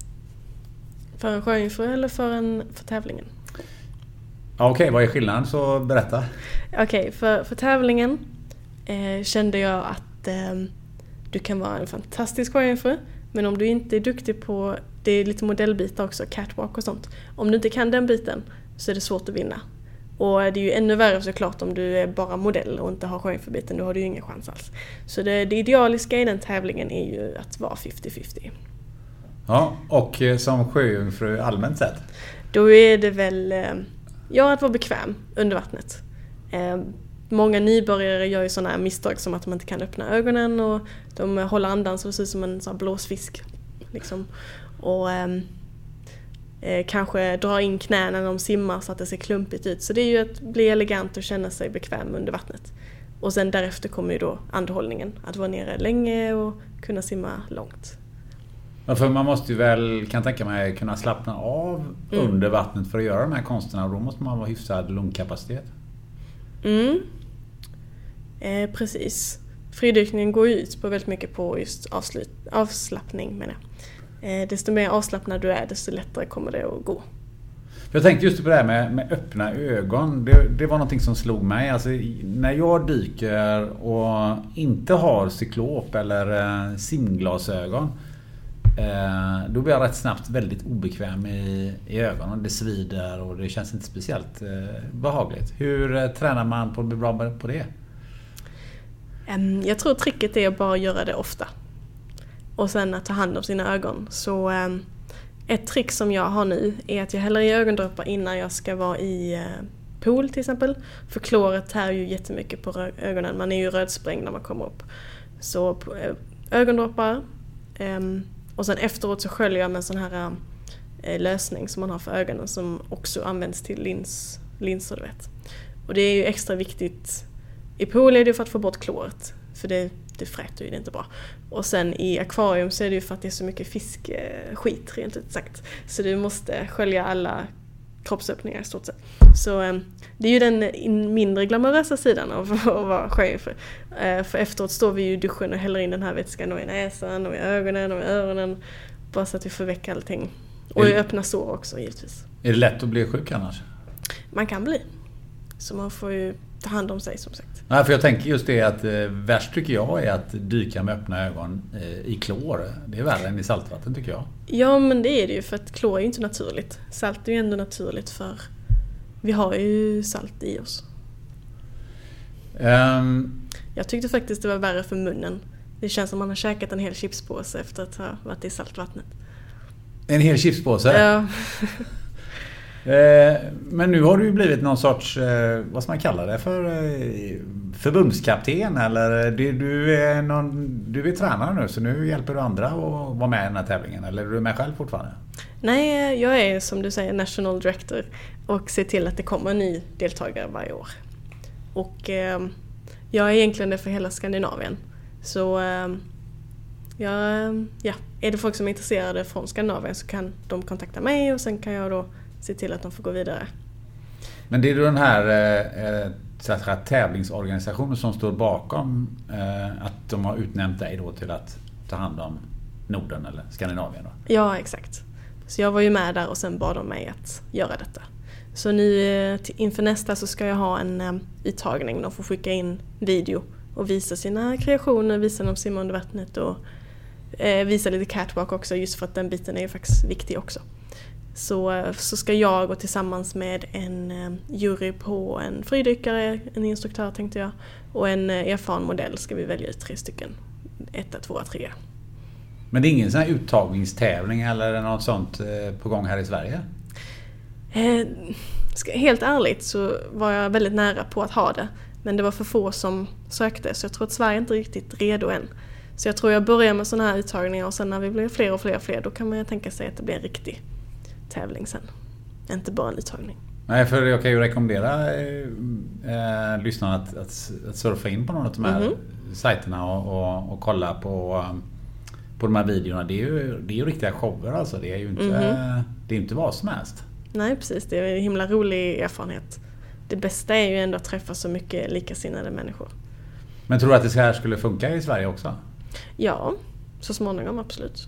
För en sjöjungfru eller för, en, för tävlingen? Ja, okej, okay, vad är skillnaden? Så berätta. Okej, okay, för, för tävlingen eh, kände jag att eh, du kan vara en fantastisk sjöjungfru. Men om du inte är duktig på, det är lite modellbitar också, catwalk och sånt. Om du inte kan den biten så är det svårt att vinna. Och det är ju ännu värre såklart om du är bara modell och inte har sjöjungfrubiten, då har du ju ingen chans alls. Så det, det idealiska i den tävlingen är ju att vara femtio femtio. Ja, och som sjöjungfru allmänt sett? Då är det väl, ja, att vara bekväm under vattnet. Eh, många nybörjare gör ju sådana här misstag som att de inte kan öppna ögonen och de håller andan så det ser ut som en sån här blåsfisk. Liksom. Och eh, eh, kanske dra in knäna när de simmar så att det ser klumpigt ut. Så det är ju att bli elegant och känna sig bekväm under vattnet. Och sen därefter kommer ju då andhållningen, att vara nere länge och kunna simma långt. Ja, för man måste ju väl, kan tänka mig, kunna slappna av mm. under vattnet för att göra de här konsterna, och då måste man vara hyfsad lungkapacitet. Mm, eh, precis. Fridykningen går ju ut på väldigt mycket på just avslut, avslappning, menar jag. Eh, desto mer avslappnad du är, desto lättare kommer det att gå. Jag tänkte just på det här med, med öppna ögon. Det, det var någonting som slog mig. Alltså, när jag dyker och inte har cyklop eller eh, simglasögon, eh, då blir jag rätt snabbt väldigt obekväm i, i ögonen. Det svider och det känns inte speciellt eh, behagligt. Hur eh, tränar man på att bli bra på det? Um, jag tror tricket är att bara göra det ofta. Och sen att ta hand om sina ögon. Så um, ett trick som jag har nu är att jag häller i ögondroppar innan jag ska vara i uh, pool till exempel. För kloret tär ju jättemycket på ögonen. Man är ju rödsprängd när man kommer upp. Så uh, ögondroppar. Um, och sen efteråt så sköljer jag med en sån här uh, lösning som man har för ögonen. Som också används till lins, linser, du vet. Och det är ju extra viktigt. I pool är det för att få bort kloret. För det, det fräter ju det inte bra. Och sen i akvarium så är det ju för att det är så mycket fiskskit rent ut sagt. Så du måste skölja alla kroppsöppningar i stort sett. Så eh, det är ju den mindre glamorösa sidan av att vara sjöjungfru. Eh, för efteråt står vi ju i duschen och häller in den här vätskan och i näsan och i ögonen och i öronen. Bara så att vi får väcka allting. Och i öppna sår också givetvis. Är det lätt att bli sjuk annars? Man kan bli. Så man får ju ta hand om sig som sagt. Nej, för jag tänker just det att eh, värst tycker jag är att dyka med öppna ögon eh, i klor. Det är värre än i saltvatten tycker jag. Ja, men det är det ju för att klor är ju inte naturligt. Salt är ju ändå naturligt för vi har ju salt i oss. Um, jag tyckte faktiskt det var värre för munnen. Det känns som man har käkat en hel chipspåse efter att ha varit i saltvattnet. En hel chipspåse? Ja. Men nu har du ju blivit någon sorts, vad ska man kalla det för, förbundskapten, eller du, du, är någon, du är tränare nu, så nu hjälper du andra att vara med i den här tävlingen, eller är du med själv fortfarande? Nej, jag är som du säger national director och ser till att det kommer en ny deltagare varje år. Och eh, jag är egentligen det för hela Skandinavien. Så eh, jag, ja, är det folk som är intresserade från Skandinavien så kan de kontakta mig och sen kan jag då se till att de får gå vidare. Men det är då den här eh, så att säga, tävlingsorganisationen som står bakom eh, att de har utnämnt dig då till att ta hand om Norden eller Skandinavien då? Ja, exakt. Så jag var ju med där och sen bad de mig att göra detta. Så nu inför nästa så ska jag ha en um, uttagning. De får skicka in video och visa sina kreationer, visa dem simma under vattnet och eh, visa lite catwalk också, just för att den biten är ju faktiskt viktig också. Så, så ska jag gå tillsammans med en um, jury på en fridykare, en instruktör tänkte jag, och en uh, erfaren modell ska vi välja ut tre stycken. Etta, tvåa, trea. Men det är ingen sån här uttagningstävling eller något sånt eh, på gång här i Sverige? Eh, helt ärligt så var jag väldigt nära på att ha det. Men det var för få som sökte, så jag tror att Sverige inte är riktigt redo än. Så jag tror jag börjar med sådana här uttagningar och sen när vi blir fler och fler och fler, då kan man ju tänka sig att det blir en riktig tävling sen. Inte bara en uttagning. Nej, för jag kan ju rekommendera eh, lyssnarna att, att, att surfa in på någon av de här mm-hmm. sajterna och, och, och kolla på, på de här videorna. Det är ju, det är ju riktiga shower alltså. Det är ju inte, mm-hmm. det är inte vad som helst. Nej, precis. Det är en himla rolig erfarenhet. Det bästa är ju ändå att träffa så mycket likasinnade människor. Men tror du att det här skulle funka i Sverige också? Ja, så småningom absolut.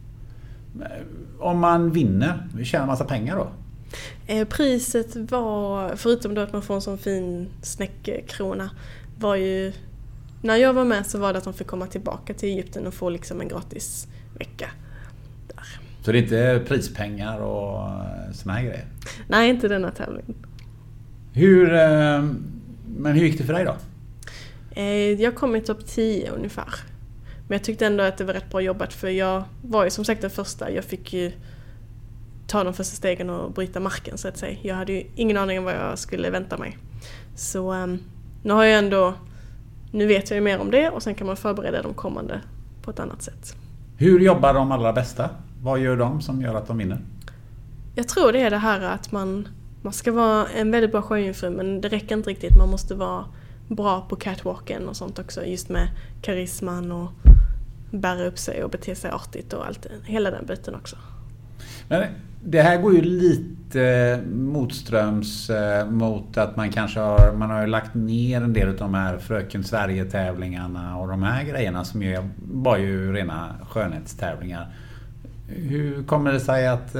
Om man vinner, vi tjänar massa pengar då? Eh, priset var, förutom då att man får en sån fin snäckkrona, var ju, när jag var med så var det att de fick komma tillbaka till Egypten och få liksom en gratis vecka där. Så det är inte prispengar och såna här grejer? Nej, inte denna tävling. Hur, men hur gick det för dig då? Jag kom i topp tio ungefär. Men jag tyckte ändå att det var rätt bra jobbat, för jag var ju som sagt den första. Jag fick ju ta de första stegen och bryta marken så att säga. Jag hade ju ingen aning om vad jag skulle vänta mig. Så um, nu har jag ändå, nu vet jag ju mer om det och sen kan man förbereda de kommande på ett annat sätt. Hur jobbar de allra bästa? Vad gör de som gör att de vinner? Jag tror det är det här att man, man ska vara en väldigt bra sjöjungfru, men det räcker inte riktigt. Man måste vara bra på catwalken och sånt också, just med karisman och bära upp sig och bete sig artigt och allt, hela den biten också. Men det här går ju lite motströms mot att man kanske har, man har ju lagt ner en del av de här Fröken Sverige-tävlingarna och de här grejerna som ju var ju rena skönhetstävlingar. Hur kommer det sig att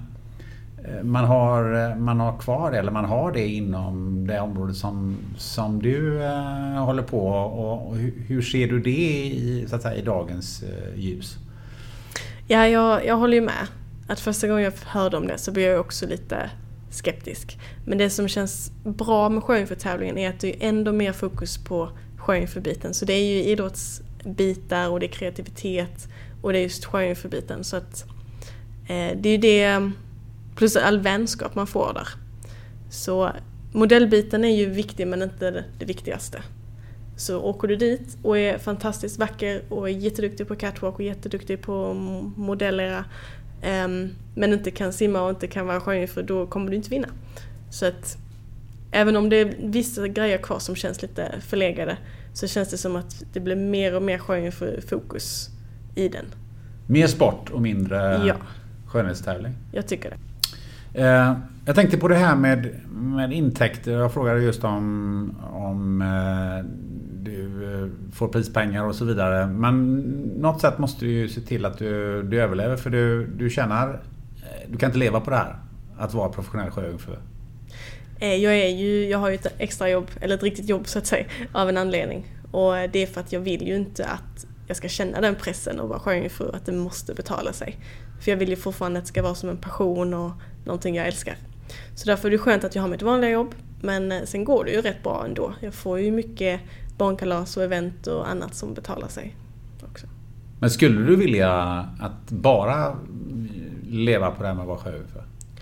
man har, man har kvar det, eller man har det inom det område som, som du uh, håller på, och, och hur, hur ser du det i, så att säga, i dagens uh, ljus? Ja, jag, jag håller ju med. Att första gången jag hörde om det så blev jag också lite skeptisk. Men det som känns bra med sjöjungfrutävlingen är att det är ändå mer fokus på sjöjungfrubiten. Så det är ju idrottsbitar och det är kreativitet och det är just sjöjungfrubiten. Så att eh, det är ju det, plus all vänskap man får där. Så modellbiten är ju viktig, men inte det, det viktigaste. Så åker du dit och är fantastiskt vacker och är jätteduktig på catwalk och jätteduktig på modellera, um, men inte kan simma och inte kan vara sjöjungfru, då kommer du inte vinna. Så att även om det är vissa grejer kvar som känns lite förlegade, så känns det som att det blir mer och mer sjöjungfru-fokus i den. Mer sport och mindre ja. skönhetstävling? Jag tycker det. Eh, jag tänkte på det här med, med intäkter. Jag frågade just om, om eh, du får prispengar och så vidare. Men något sätt måste du ju se till att du, du överlever, för du, du tjänar, du kan inte leva på det här, att vara professionell sjöjungfru. Jag, är ju, jag har ju ett extra jobb, eller ett riktigt jobb så att säga, av en anledning. Och det är för att jag vill ju inte att jag ska känna den pressen och vara sjöjungfru, att det måste betala sig. För jag vill ju fortfarande att det ska vara som en passion och någonting jag älskar. Så därför är det skönt att jag har mitt vanliga jobb. Men sen går det ju rätt bra ändå. Jag får ju mycket barnkalas och event och annat som betalar sig också. Men skulle du vilja att bara leva på det här med att vara sjöjungfru?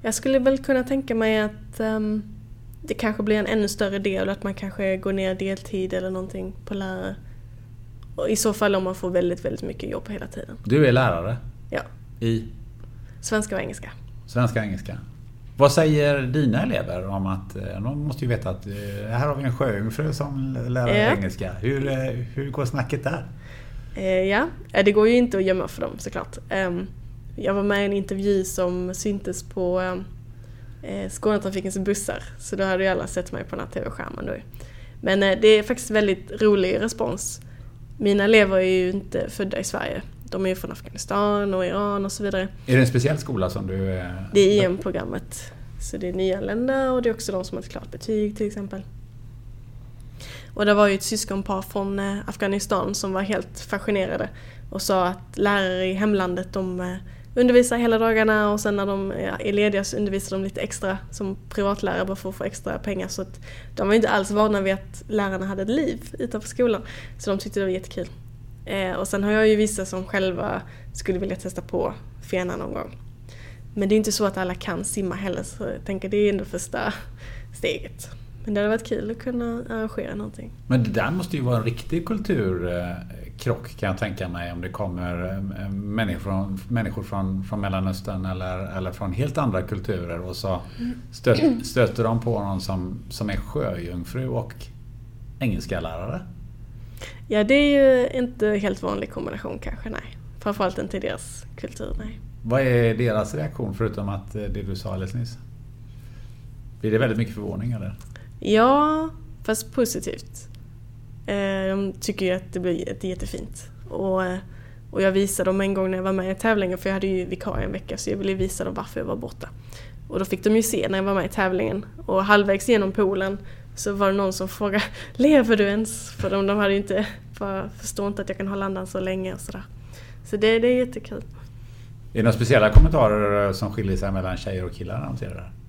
Jag skulle väl kunna tänka mig att um, det kanske blir en ännu större del, att man kanske går ner deltid eller någonting på lärare. Och i så fall om man får väldigt, väldigt mycket jobb hela tiden. Du är lärare? Ja. I? Svenska och engelska. Svenska och engelska. Vad säger dina elever om att, de måste ju veta att här har vi en sjöjungfru som lär ja. engelska. Hur, hur går snacket där? Ja, det går ju inte att gömma för dem såklart. Jag var med i en intervju som syntes på Skånetrafikens bussar, så då hade ju alla sett mig på den här tv-skärmen då. Men det är faktiskt väldigt rolig respons. Mina elever är ju inte födda i Sverige. De är ju från Afghanistan och Iran och så vidare. Är det en speciell skola som du... Det är I M-programmet. Så det är nyanlända och det är också de som har ett klart betyg till exempel. Och det var ju ett syskonpar från Afghanistan som var helt fascinerade och sa att lärare i hemlandet, de undervisar hela dagarna och sen när de är lediga så undervisar de lite extra som privatlärare bara för att få extra pengar. Så att de var inte alls vana vid att lärarna hade ett liv utanför skolan. Så de tyckte det var jättekul. Eh, och sen har jag ju vissa som själva skulle vilja testa på fena någon gång. Men det är inte så att alla kan simma heller, så jag tänker det är ändå första steget. Men det hade varit kul att kunna arrangera någonting. Men det där måste ju vara en riktig kulturkrock kan jag tänka mig, om det kommer människor från, människor från, från Mellanöstern eller, eller från helt andra kulturer och så stöter, stöter de på någon som, som är sjöjungfru och engelska lärare. Ja, det är ju inte helt vanlig kombination kanske, nej. Framförallt inte i deras kultur, nej. Vad är deras reaktion förutom att det du sa alldeles nyss? Blir det väldigt mycket förvåning eller? Ja, fast positivt. De tycker ju att det blir jättefint. Och, och jag visade dem en gång när jag var med i tävlingen, för jag hade ju vikarie en vecka så jag ville visa dem varför jag var borta. Och då fick de ju se när jag var med i tävlingen. Och halvvägs genom poolen så var det någon som frågade, lever du ens? För de, de hade ju inte, för förstår inte att jag kan hålla andan så länge och sådär. Så det, det är jättekul. Är det några speciella kommentarer som skiljer sig mellan tjejer och killar när de ser det där?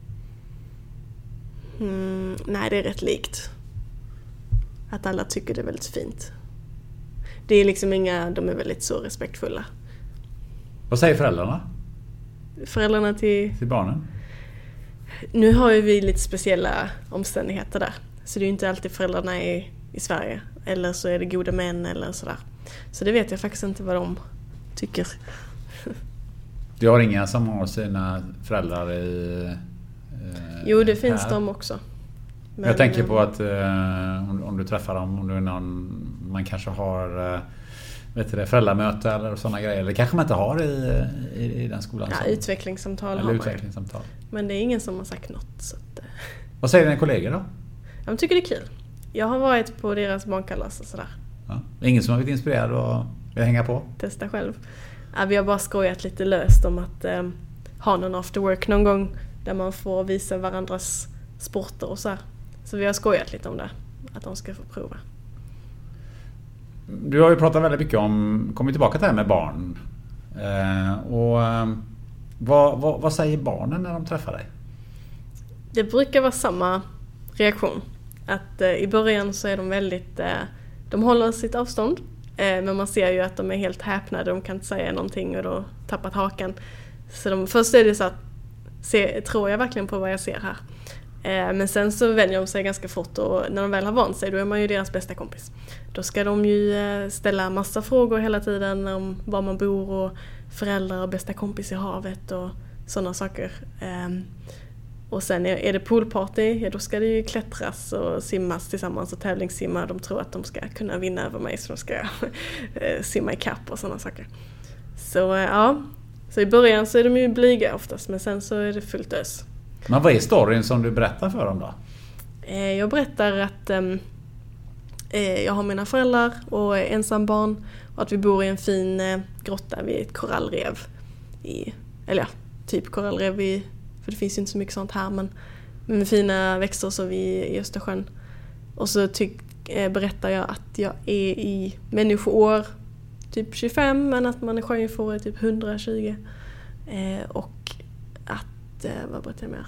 Mm, nej, det är rätt likt. Att alla tycker det är väldigt fint. Det är liksom inga, de är väldigt så respektfulla. Vad säger föräldrarna? Föräldrarna till... Till barnen? Nu har ju vi lite speciella omständigheter där. Så det är ju inte alltid föräldrarna är i Sverige. Eller så är det goda män eller sådär. Så det vet jag faktiskt inte vad de tycker. Du har inga som har sina föräldrar i... Eh, jo, det finns här. De också. Men, jag tänker på att eh, om, om du träffar dem, om du är någon, man kanske har... Eh, vet du det, föräldramöte eller sådana grejer. Det kanske man inte har i, i, i den skolan. Ja, som, utvecklingssamtal eller har man. utvecklingssamtal. Men det är ingen som har sagt något. Så att, vad säger dina kollegor då? De tycker det är kul. Jag har varit på deras barnkalas och sådär. Ja. Ingen som har blivit inspirerad och vill hänga på? Testa själv. Ja, vi har bara skojat lite löst om att eh, ha någon after work någon gång där man får visa varandras sporter och så här. Så vi har skojat lite om det. Att de ska få prova. Du har ju pratat väldigt mycket om, kommer tillbaka till det här med barn. Eh, och eh, vad, vad, vad säger barnen när de träffar dig? Det brukar vara samma reaktion. Att eh, i början så är de väldigt, eh, de håller sitt avstånd. Eh, men man ser ju att de är helt häpnade, de kan inte säga någonting och då tappat hakan. Så de, först är det så att, se, tror jag verkligen på vad jag ser här? Eh, men sen så vänjer de sig ganska fort och när de väl har vant sig då är man ju deras bästa kompis. Då ska de ju eh, ställa massa frågor hela tiden om var man bor och föräldrar och bästa kompis i havet och sådana saker. Eh, och sen är, är det poolparty, ja, då ska det ju klättras och simmas tillsammans och tävlingssimma. De tror att de ska kunna vinna över mig så de ska eh, simma i kapp och sådana saker. Så eh, ja, så i början så är de ju blyga oftast men sen så är det fullt ös. Men vad är storyn som du berättar för dem då? Jag berättar att eh, jag har mina föräldrar och är ensam barn och att vi bor i en fin eh, grotta vid ett korallrev. I, eller ja, typ korallrev, i, för det finns ju inte så mycket sånt här, men med fina växter så vi i Östersjön. Och så tyck, eh, berättar jag att jag är i människoår typ tjugofem men att man är sjöjungfru är typ hundratjugo. Eh, och att, eh, vad berättar jag mer?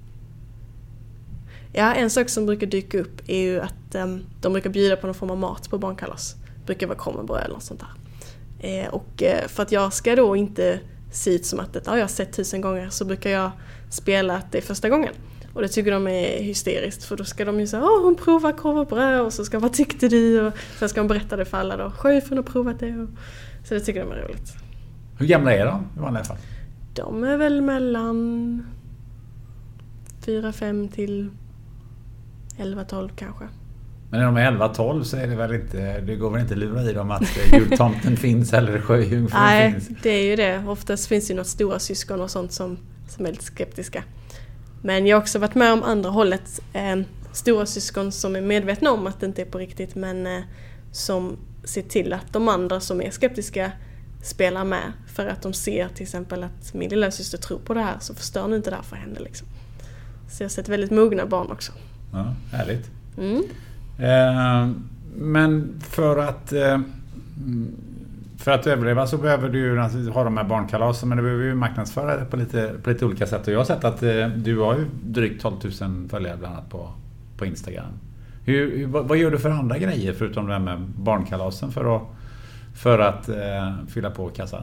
Ja, en sak som brukar dyka upp är ju att um, de brukar bjuda på någon form av mat på barnkalas. Det brukar vara krommebröd eller något sånt där. Eh, och eh, för att jag ska då inte se ut som att det, ja, jag har sett tusen gånger, så brukar jag spela att det är första gången. Och det tycker de är hysteriskt, för då ska de ju säga åh, hon provar korv och bröd, och så ska vad tyckte du? Och sen ska de berätta det för alla då. Sjöjungfrun har provat det. Och, så det tycker de är roligt. Hur gamla är de i vanliga fall? De är väl mellan fyra fem till elva tolv kanske. Men när de är elva tolv så är det väl inte, det går väl inte lura i dem att jultomten finns eller sjöjungfrun Nej, finns? Nej, det är ju det. Oftast finns ju något stora syskon och sånt som, som är lite skeptiska. Men jag har också varit med om andra hållet. Eh, stora syskon som är medvetna om att det inte är på riktigt, men eh, som ser till att de andra som är skeptiska spelar med. För att de ser till exempel att min lilla syster tror på det här, så förstör ni inte det här för henne. Liksom. Så jag har sett väldigt mogna barn också. Ja, härligt. Mm. Eh, men för att eh, för att överleva så behöver du ha de här barnkalasen, men du behöver ju marknadsföra det på lite, på lite olika sätt. Och jag har sett att eh, du har ju drygt tolv tusen följare bland annat på, på Instagram. Hur, hur, vad, vad gör du för andra grejer förutom det här med barnkalasen för att, för att eh, fylla på kassan?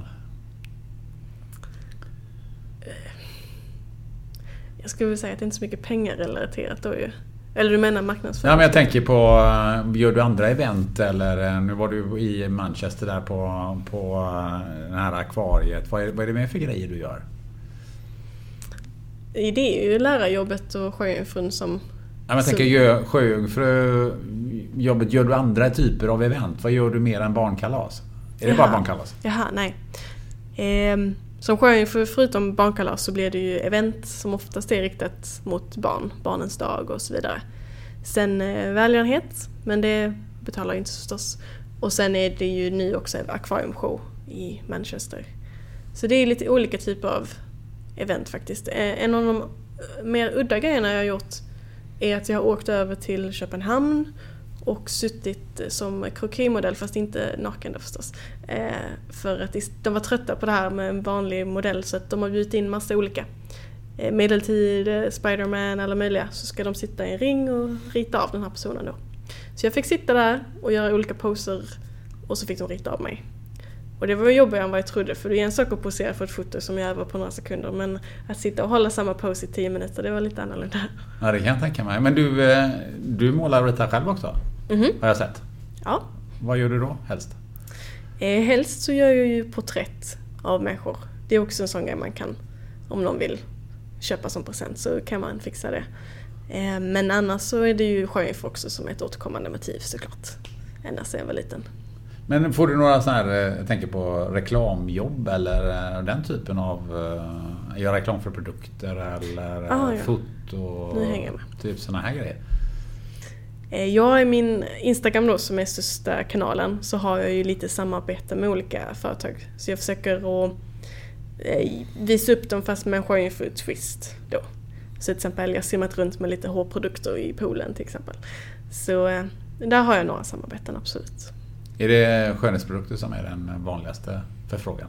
Jag skulle vilja säga att det inte är så mycket pengar relaterat då ju. Eller du menar marknadsföring? Ja, men jag tänker på, gör du andra event eller nu var du i Manchester där på, på det här akvariet. Vad är, vad är det med för grejer du gör? Det är ju lärarjobbet och sjöjungfrun som... Ja, men jag tänker, gör sjöjungfrujobbet, gör du andra typer av event? Vad gör du mer än barnkalas? Är det Jaha. bara barnkalas? Jaha, nej. Ehm, som sjöjungfru förutom barnkalas så blir det ju event som oftast är riktat mot barn, barnens dag och så vidare. Sen eh, välgörenhet, men det betalar ju inte förstås. Och sen är det ju nu också en akvariumshow i Manchester. Så det är lite olika typer av event faktiskt. Eh, en av de mer udda grejerna jag har gjort är att jag har åkt över till Köpenhamn och suttit som krokémodell, fast inte naken då förstås. Eh, för att de var trötta på det här med en vanlig modell, så att de har bjudit in massa olika. Eh, medeltid, Spiderman, alla möjliga. Så ska de sitta i en ring och rita av den här personen då. Så jag fick sitta där och göra olika poser, och så fick de rita av mig. Och det var jobbigare än vad jag trodde, för det är en sak att posera för ett foto som jag övar på några sekunder, men att sitta och hålla samma pose i tio minuter, det var lite annorlunda. Ja, det kan jag tänka mig. Men du, du målar och ritar själv också? Mm-hmm. Har jag sett. Ja. Vad gör du då helst? Eh, helst så gör jag ju porträtt av människor. Det är också en sån grej man kan, om någon vill köpa som present så kan man fixa det. Eh, men annars så är det ju sjöjungfru också som är ett återkommande motiv såklart. Ända sedan jag var liten. Men får du några sådana här, jag tänker på reklamjobb eller den typen av, uh, göra reklam för produkter eller ah, ja. foto, nu hänger jag med. Typ sådana här grejer? Jag är min Instagram då som är största kanalen, så har jag ju lite samarbete med olika företag. Så jag försöker att visa upp dem fast med en sjöjungfru twist då. Så till exempel jag har simmat runt med lite hårprodukter i poolen till exempel. Så där har jag några samarbeten, absolut. Är det skönhetsprodukter som är den vanligaste förfrågan?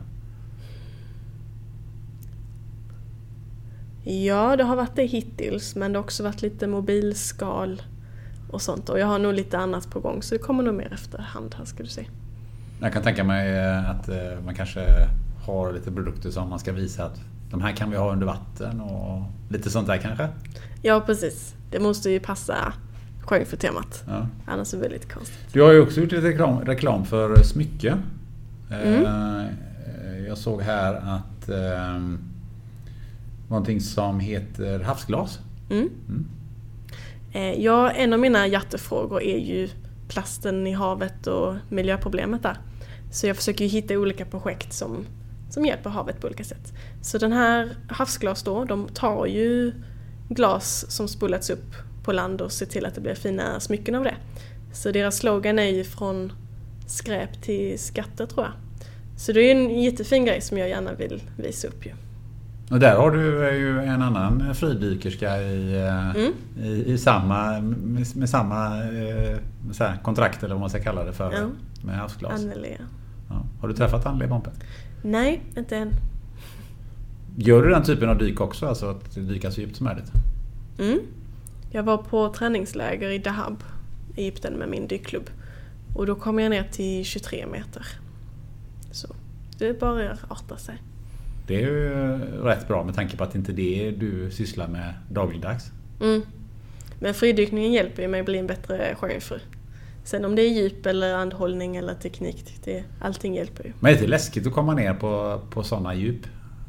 Ja, det har varit det hittills, men det har också varit lite mobilskal och sånt. Och jag har nog lite annat på gång, så det kommer nog mer efterhand här, ska du se. Jag kan tänka mig att man kanske har lite produkter som man ska visa att de här kan vi ha under vatten och lite sånt där kanske? Ja, precis. Det måste ju passa sjöjungfru-temat. Ja. Annars är det väldigt konstigt. Du har ju också gjort lite reklam, reklam för smycke. Mm. Jag såg här att eh, någonting som heter havsglas. Mm. Mm. Ja, en av mina hjärtefrågor är ju plasten i havet och miljöproblemet där. Så jag försöker ju hitta olika projekt som, som hjälper havet på olika sätt. Så den här havsglas då, de tar ju glas som spolats upp på land och ser till att det blir fina smycken av det. Så deras slogan är ju från skräp till skatter, tror jag. Så det är en jättefin grej som jag gärna vill visa upp ju. Och där har du ju en annan fridykerska i, mm. i, i samma, med, med samma eh, så här, kontrakt eller vad man ska kalla det för, ja. Med havsglas. Anneli. Ja. Har du träffat Anneli Bompe? Nej, inte än. Gör du den typen av dyk också, alltså att dyka så djupt som möjligt? Mm. Jag var på träningsläger i Dahab i Egypten med min dykklubb. Och då kom jag ner till tjugotre meter. Så det bara artar sig. Det är ju rätt bra med tanke på att inte det du sysslar med dagligdags. Mm. Men fridykningen hjälper ju mig att bli en bättre sjöjungfru. Sen om det är djup eller andhållning eller teknik, det, allting hjälper ju. Men är det läskigt att komma ner på, på sådana djup?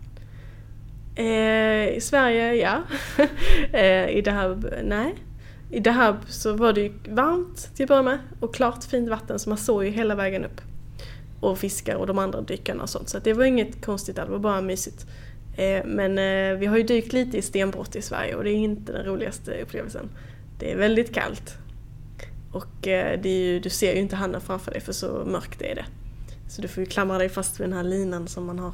Eh, I Sverige, ja. eh, I Dahab, nej. I Dahab så var det ju varmt till att börja med och klart fint vatten, så man såg ju hela vägen upp. Och fiskar och de andra dykarna och sånt. Så det var inget konstigt, det var bara mysigt. Eh, men eh, vi har ju dykt lite i stenbrott i Sverige och det är inte den roligaste upplevelsen. Det är väldigt kallt. Och eh, det är ju, du ser ju inte handen framför dig för så mörkt är det. Så du får ju klamra dig fast vid den här linan som man har.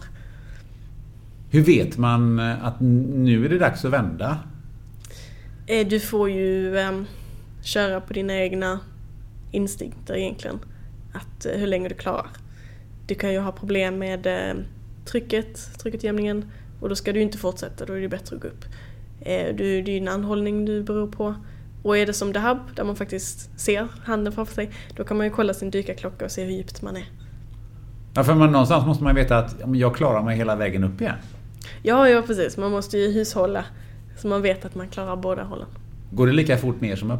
Hur vet man att nu är det dags att vända? Eh, du får ju eh, köra på dina egna instinkter egentligen. Att, eh, hur länge du klarar. Du kan ju ha problem med eh, trycket, tryckutjämningen. Och då ska du inte fortsätta, då är det bättre att gå upp. Eh, du, det är ju en anhållning du beror på. Och är det som Dahab, där man faktiskt ser handen framför sig, då kan man ju kolla sin dykarklocka och se hur djupt man är. Ja, för man, någonstans måste man veta att jag klarar mig hela vägen upp igen. Ja, ja precis. Man måste ju hushålla så man vet att man klarar båda hållen. Går det lika fort ner som upp?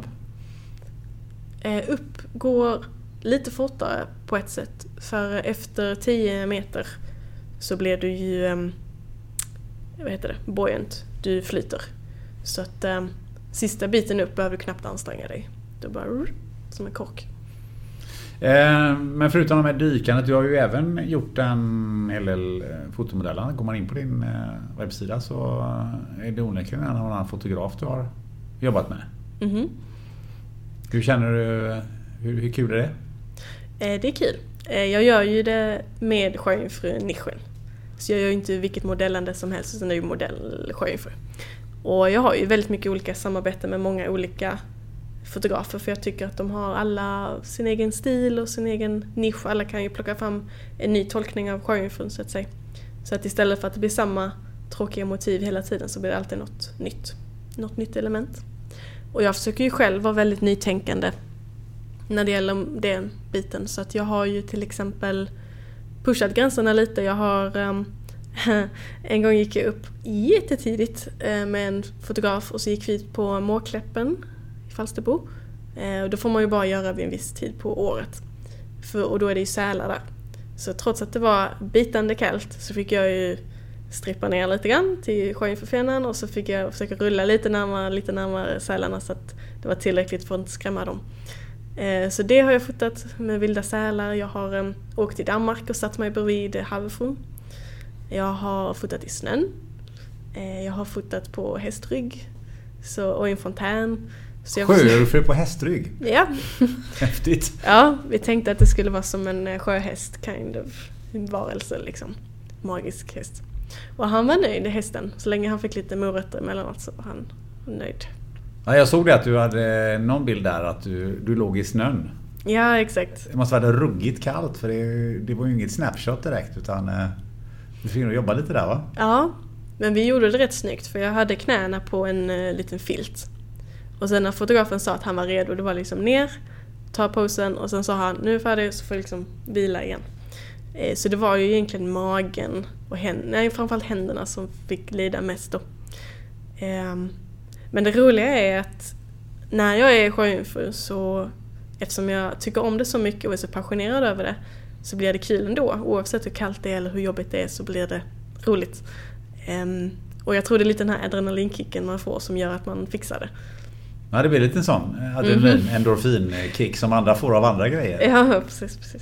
Eh, upp går lite fortare på ett sätt. För efter tio meter så blir du ju, eh, vad heter det, buoyant. Du flyter. Så att eh, sista biten upp behöver du knappt anstränga dig. Du bara som en kork. Eh, men förutom de här dykandet, du har ju även gjort en hel del fotomodeller. Går man in på din eh, webbsida så är det onekligen en annan fotograf du har jobbat med. Mm-hmm. Hur känner du, hur, hur kul är det? Eh, det är kul. Eh, jag gör ju det med sjöjungfru-nischen. Så jag gör ju inte vilket modellande som helst, utan det är ju modell sjöjungfru. Och jag har ju väldigt mycket olika samarbeten med många olika fotografer, för jag tycker att de har alla sin egen stil och sin egen nisch. Alla kan ju plocka fram en ny tolkning av sjöjungfrun så att säga. Så att istället för att det blir samma tråkiga motiv hela tiden så blir det alltid något nytt. Något nytt element. Och jag försöker ju själv vara väldigt nytänkande när det gäller den biten. Så att jag har ju till exempel pushat gränserna lite. Jag har um, en gång gick jag upp jättetidigt uh, med en fotograf och så gick vi ut på Mårkläppen i Falsterbo. Uh, och då får man ju bara göra vid en viss tid på året. För, och då är det ju sälar där. Så trots att det var bitande kallt så fick jag ju strippa ner lite grann till sjöjungfrufenan och så fick jag försöka rulla lite närmare, lite närmare sälarna så att det var tillräckligt för att inte skrämma dem. Eh, så det har jag fotat med vilda sälar. Jag har eh, åkt till Danmark och satt mig bredvid Havefru. Jag har fotat i snön. Eh, jag har fotat på hästrygg så, och i en fontän. Sjöjungfru på hästrygg? Ja. Häftigt. Ja, vi tänkte att det skulle vara som en sjöhäst kind of varelse liksom. Magisk häst. Och han var nöjd, hästen. Så länge han fick lite morötter emellanåt så var han nöjd. Ja, jag såg det att du hade någon bild där att du, du låg i snön. Ja, exakt. Det måste vara ruggigt kallt för det, det var ju inget snapshot direkt utan du fick nog jobba lite där, va? Ja, men vi gjorde det rätt snyggt för jag hade knäna på en uh, liten filt. Och sen när fotografen sa att han var redo, det var liksom ner, ta posen och sen sa han nu är färdig så får jag liksom vila igen. Eh, så det var ju egentligen magen och händerna, nej, framförallt händerna som fick lida mest då. Eh, men det roliga är att när jag är sjöjungfru så, eftersom jag tycker om det så mycket och är så passionerad över det, så blir det kul ändå. Oavsett hur kallt det är eller hur jobbigt det är så blir det roligt. Eh, och jag tror det är lite den här adrenalinkicken man får som gör att man fixar det. Ja, det blir lite en sån adrenalin, mm-hmm. endorfin-kick som andra får av andra grejer. Ja, precis, precis.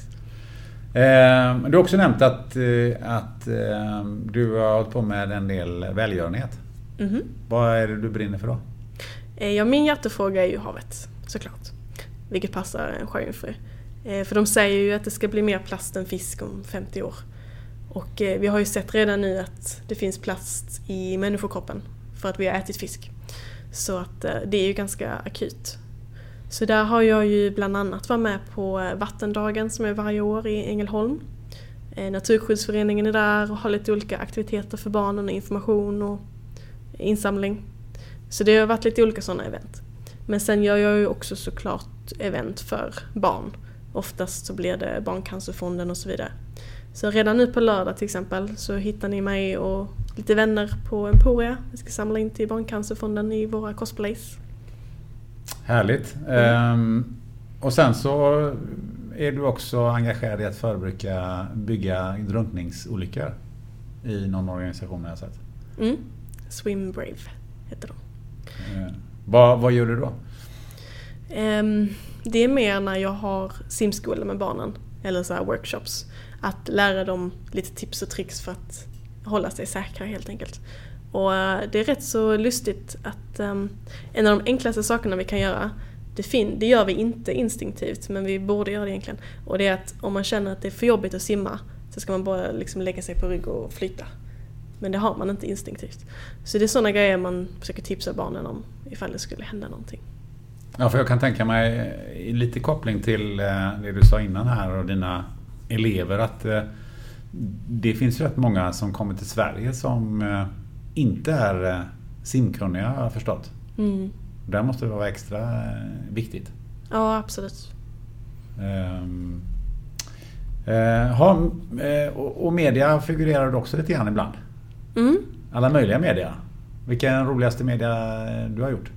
Eh, du har också nämnt att, att eh, du har hållit på med en del välgörenhet. Mm-hmm. Vad är det du brinner för då? Eh, ja, min hjärtefråga är ju havet, såklart. Vilket passar en sjöjungfru. Eh, för de säger ju att det ska bli mer plast än fisk om femtio år. Och eh, vi har ju sett redan nu att det finns plast i människokroppen för att vi har ätit fisk. Så att eh, det är ju ganska akut. Så där har jag ju bland annat varit med på vattendagen som är varje år i Ängelholm. Eh, Naturskyddsföreningen är där och har lite olika aktiviteter för barnen och information och insamling. Så det har varit lite olika sådana event. Men sen gör jag ju också såklart event för barn. Oftast så blir det Barncancerfonden och så vidare. Så redan nu på lördag till exempel så hittar ni mig och lite vänner på Emporia. Vi ska samla in till Barncancerfonden i våra cosplays. Härligt. Mm. Um, och sen så är du också engagerad i att förebygga bygga drunkningsolyckor i någon organisation jag har sett. Mm. Swim Brave heter de. Uh, vad, vad gör du då? Um, det är mer när jag har simskola med barnen eller så här workshops. Att lära dem lite tips och tricks för att hålla sig säkra helt enkelt. Och uh, det är rätt så lustigt att um, en av de enklaste sakerna vi kan göra, det, fin- det gör vi inte instinktivt men vi borde göra det egentligen. Och det är att om man känner att det är för jobbigt att simma så ska man bara liksom lägga sig på rygg och flyta. Men det har man inte instinktivt. Så det är sådana grejer man försöker tipsa barnen om ifall det skulle hända någonting. Ja, för jag kan tänka mig lite koppling till det du sa innan här och dina elever att det finns ju rätt många som kommer till Sverige som inte är simkunniga, har jag förstått. Mm. Där måste det vara extra viktigt. Ja, absolut. Um, uh, ha, uh, och, och media figurerar du också lite grann ibland. Mm. Alla möjliga media. Vilken roligaste media du har gjort?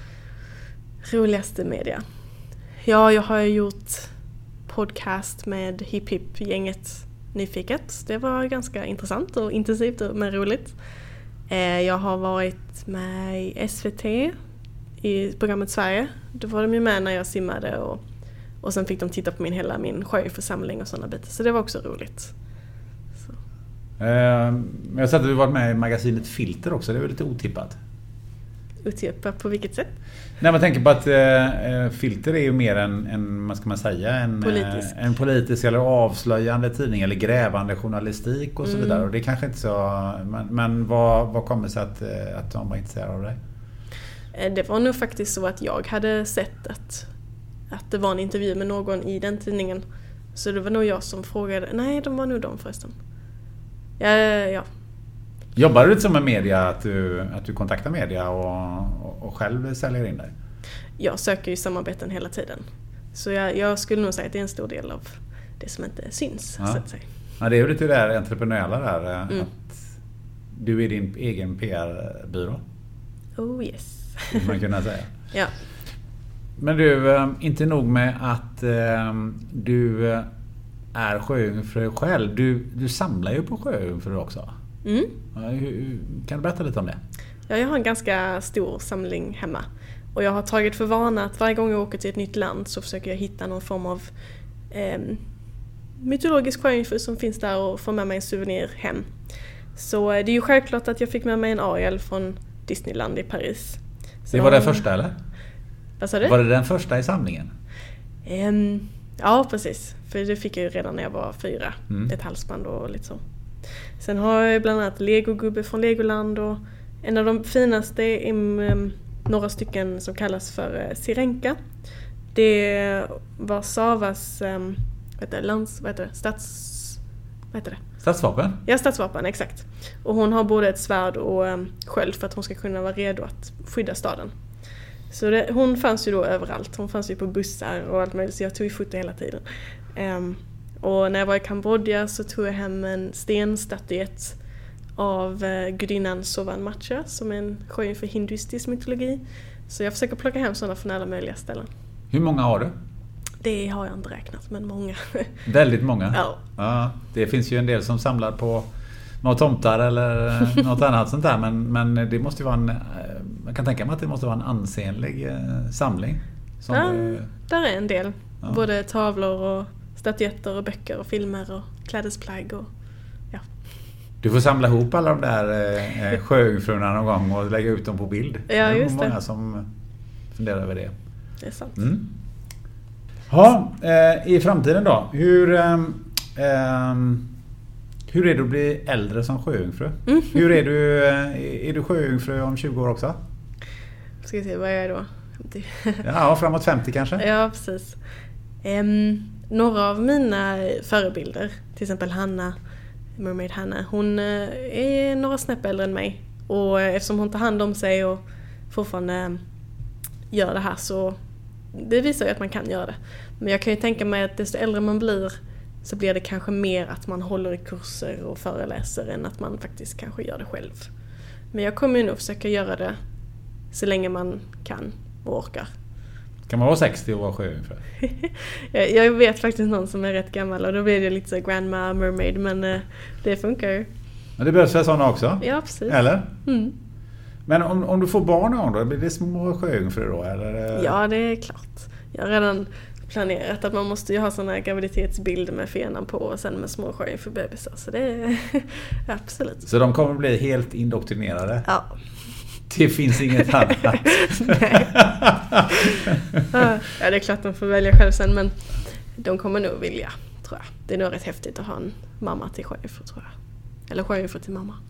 Roligaste media? Ja, jag har gjort podcast med Hip Hip-gänget Nyfiket. Det var ganska intressant och intensivt men roligt. Jag har varit med i S V T i programmet Sverige. Då var de ju med när jag simmade och, och sen fick de titta på min hela min sjöförsamling och sådana bitar. Så det var också roligt. Så. Men jag sa att du varit med i magasinet Filter också. Det är väl lite otippat. Otippat på vilket sätt? Nej, man tänker på att eh, Filter är ju mer en, en vad ska man säga, en politisk. Eh, en politisk eller avslöjande tidning eller grävande journalistik och så mm. vidare. Och det är kanske inte så, men, men vad, vad kommer sig att, att de var intresserade av dig? Det var nog faktiskt så att jag hade sett att, att det var en intervju med någon i den tidningen. Så det var nog jag som frågade. Nej, de var nog de förresten. Ja, ja. Jobbar du lite som med media, att du, att du kontaktar media och, och, och själv säljer in dig? Jag söker ju samarbeten hela tiden. Så jag, jag skulle nog säga att det är en stor del av det som inte syns. Ja. Så att säga. Ja, det är ju lite det där entreprenöriella där. Mm. Att du är din egen P R-byrå. Oh yes. Skulle man kunna säga. Ja. Men du, inte nog med att du är sjöjungfru själv. Du, du samlar ju på sjöjungfru också. Mm. Kan du berätta lite om det? Ja, jag har en ganska stor samling hemma. Och jag har tagit för vana att varje gång jag åker till ett nytt land så försöker jag hitta någon form av eh, mytologisk sjöjungfru som finns där och få med mig en souvenir hem. Så det är ju självklart att jag fick med mig en Ariel från Disneyland i Paris. Så det var den första, eller? Vad sa du? Var det den första i samlingen? Um, ja, precis. För det fick jag ju redan när jag var fyra. Mm. Ett halsband och lite så. Sen har jag bland annat Lego-gubbe från Legoland. Och en av de finaste är um, några stycken som kallas för uh, Sirenka. Det var Savas um, vad heter det, lands, vad heter det? Stats... Vad heter det? Stadsvapen? Ja, stadsvapen, exakt. Och hon har både ett svärd och um, sköld för att hon ska kunna vara redo att skydda staden. Så det, hon fanns ju då överallt. Hon fanns ju på bussar och allt möjligt. Så jag tog ju foto hela tiden. Um, och när jag var i Kambodja så tog jag hem en stenstatyett av uh, gudinnan Sovanmatcha som är en sjöjungfru för hinduistisk mytologi. Så jag försöker plocka hem sådana från alla möjliga ställen. Hur många har du? Det har jag inte räknat, men många. Väldigt många? Ja. Ja. Det finns ju en del som samlar på några tomtar eller något annat sånt där. Men, men det måste ju vara en... Man kan tänka mig att det måste vara en ansenlig samling. Som ja, du... där är en del. Ja. Både tavlor och statyetter och böcker och filmer och klädesplagg och ja. Du får samla ihop alla de där eh, sjöjungfrurna någon gång och lägga ut dem på bild. Ja, det är just många det. som funderar över det. Det är sant. Mm. Ja, eh, i framtiden då. Hur, eh, eh, hur är det att bli äldre som sjöjungfru? Mm. Hur är du, eh, är du sjöjungfru om tjugo år också? Ska vi se, vad är jag då? Ja, framåt femtio kanske? Ja, precis. Um, några av mina förebilder, till exempel Hanna, Mermaid Hanna, hon uh, är några snäpp äldre än mig. Och uh, eftersom hon tar hand om sig och fortfarande um, gör det här så det visar ju att man kan göra det. Men jag kan ju tänka mig att desto äldre man blir så blir det kanske mer att man håller i kurser och föreläser än att man faktiskt kanske gör det själv. Men jag kommer ju nog försöka göra det så länge man kan och orkar. Kan man vara sextio och vara sjöjungfru? Jag vet faktiskt någon som är rätt gammal och då blir det lite så grandma mermaid, men eh, det funkar ju. Men det behövs väl sådana också? Ja, precis. Eller? Mm. Men om, om du får barn någon då, blir det små sjöjungfrur då? Eller? Ja, det är klart. Jag har redan planerat att man måste ju ha sådana här graviditetsbilder med fenan på och sen med små sjöjungfrubebisar. Så det är absolut. Så de kommer bli helt indoktrinerade? Ja. Det finns inget annat. Nej. Ja, det är klart de får välja själv sen, men de kommer nog vilja, tror jag. Det är nog rätt häftigt att ha en mamma till sjöjungfru, tror jag. Eller sjöjungfru till mamma.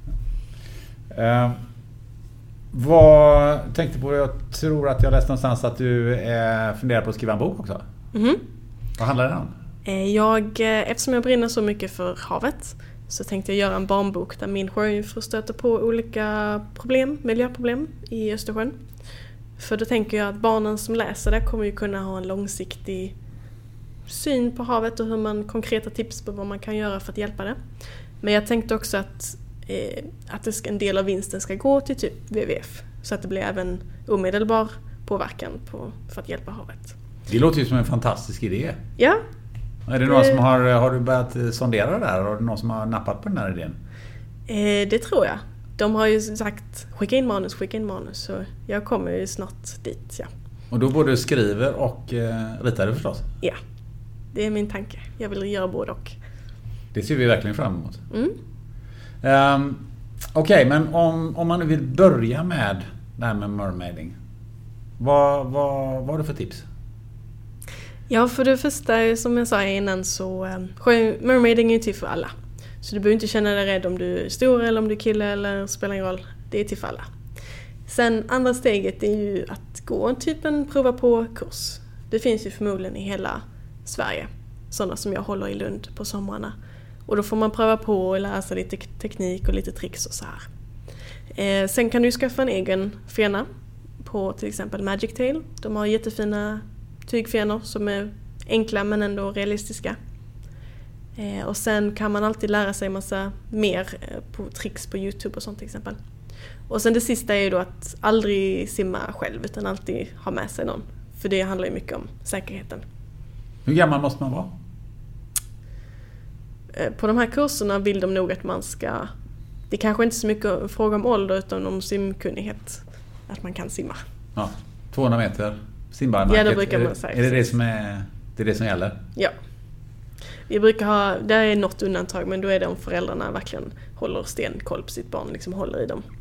Uh, vad tänkte på? Jag tror att jag läste någonstans att du eh, funderar på att skriva en bok också. Mm-hmm. Vad handlar det om? Jag, eftersom jag brinner så mycket för havet så tänkte jag göra en barnbok där min sjöjungfru stöter på olika problem, miljöproblem i Östersjön. För då tänker jag att barnen som läser det kommer ju kunna ha en långsiktig syn på havet och hur man konkreta tips på vad man kan göra för att hjälpa det. Men jag tänkte också att, eh, att det ska, en del av vinsten ska gå till typ W W F så att det blir även omedelbar påverkan på, för att hjälpa havet. Det låter ju som en fantastisk idé. Ja. Är det någon som har, har du börjat sondera det där? Har du någon som har nappat på den här idén? Eh, det tror jag. De har ju sagt skicka in manus, skicka in manus. Så jag kommer ju snart dit, ja. Och då både skriver och eh, ritar du förstås? Ja, det är min tanke. Jag vill göra både och. Det ser vi verkligen fram emot. Mm. Um, Okej, okay, men om, om man nu vill börja med det här med mermaiding. Vad, vad, vad har du för tips? Ja, för det första, som jag sa innan, så um, mermaiding är ju till för alla. Så du behöver inte känna dig rädd om du är stor eller om du är kille eller spelar ingen roll. Det är till för alla. Sen andra steget är ju att gå en typ en prova på kurs. Det finns ju förmodligen i hela Sverige. Sådana som jag håller i Lund på somrarna. Och då får man pröva på och lära sig lite teknik och lite tricks och så här. Eh, sen kan du skaffa en egen fena på till exempel Magic Tail. De har jättefina tygfenor som är enkla men ändå realistiska. Eh, och sen kan man alltid lära sig massa mer eh, på tricks på YouTube och sånt till exempel. Och sen det sista är ju då att aldrig simma själv utan alltid ha med sig någon. För det handlar ju mycket om säkerheten. Hur gammal måste man vara? Eh, på de här kurserna vill de nog att man ska... Det kanske inte är så mycket fråga om ålder utan om simkunnighet. Att man kan simma. Ja, tvåhundra meter simbarmarket. Ja, det brukar man säga. Är det det som, är, det är det som gäller? Ja. Vi brukar ha, det är något undantag, men då är det om föräldrarna verkligen håller stenkoll på sitt barn, liksom håller i dem.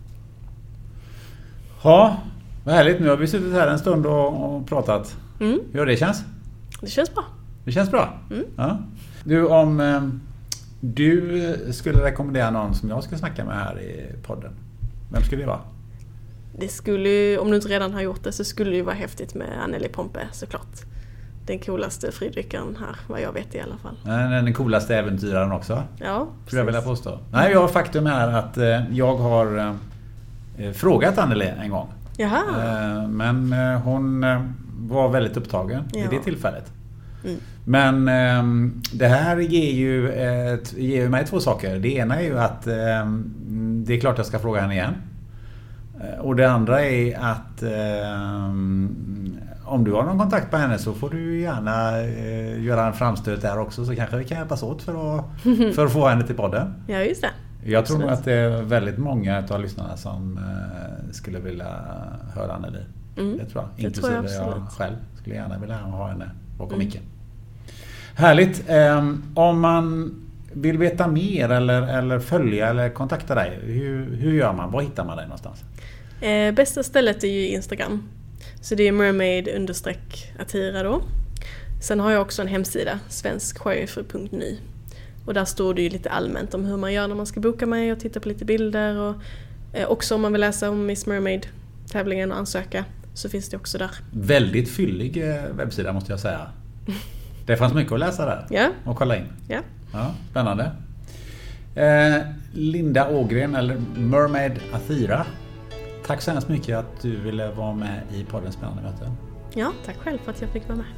Ja, vad härligt. Nu har vi suttit här en stund och, och pratat. Mm. Hur det känns? Det känns bra. Det känns bra? Mm. Ja. Du, om eh, du skulle rekommendera någon som jag ska snacka med här i podden, vem skulle det vara? Det skulle ju, om du inte redan har gjort det, så skulle det ju vara häftigt med Anneli Pompe, såklart. Den coolaste fridyckaren här, vad jag vet i alla fall. Den, den coolaste äventyraren också. Ja, precis. Jag vilja påstå. Nej, jag har faktum här att eh, jag har eh, frågat Anneli en gång. Jaha. Eh, men eh, hon eh, var väldigt upptagen ja. i det tillfället. Mm. Men eh, det här ger ju, ett, ger ju mig två saker. Det ena är ju att eh, det är klart jag ska fråga henne igen. Och det andra är att eh, om du har någon kontakt med henne så får du gärna eh, göra en framstöt där också, så kanske vi kan hjälpas åt för att, för att få henne till podden. Ja, just det. Jag tror nog att det är väldigt många av lyssnarna som eh, skulle vilja höra Anneli. Mm. Det tror jag. Inklusive jag, jag själv skulle gärna vilja ha henne bakom mm. micken. Härligt. Eh, om man vill veta mer eller, eller följa eller kontakta dig, hur, hur gör man? Var hittar man dig någonstans? Eh, bästa stället är ju Instagram. Så det är mermaid understreck Atira då. Sen har jag också en hemsida, svensksjöjungfru punkt nu. Och där står det ju lite allmänt om hur man gör när man ska boka mig och titta på lite bilder. Och eh, också om man vill läsa om Miss Mermaid-tävlingen och ansöka, så finns det också där. Väldigt fyllig webbsida måste jag säga. Det fanns mycket att läsa där ja. och kolla in. Ja. Ja, spännande. Eh, Linda Ågren, eller Mermaid Atira. Tack så hemskt mycket att du ville vara med i podden Spännande möten. Ja, tack själv för att jag fick vara med.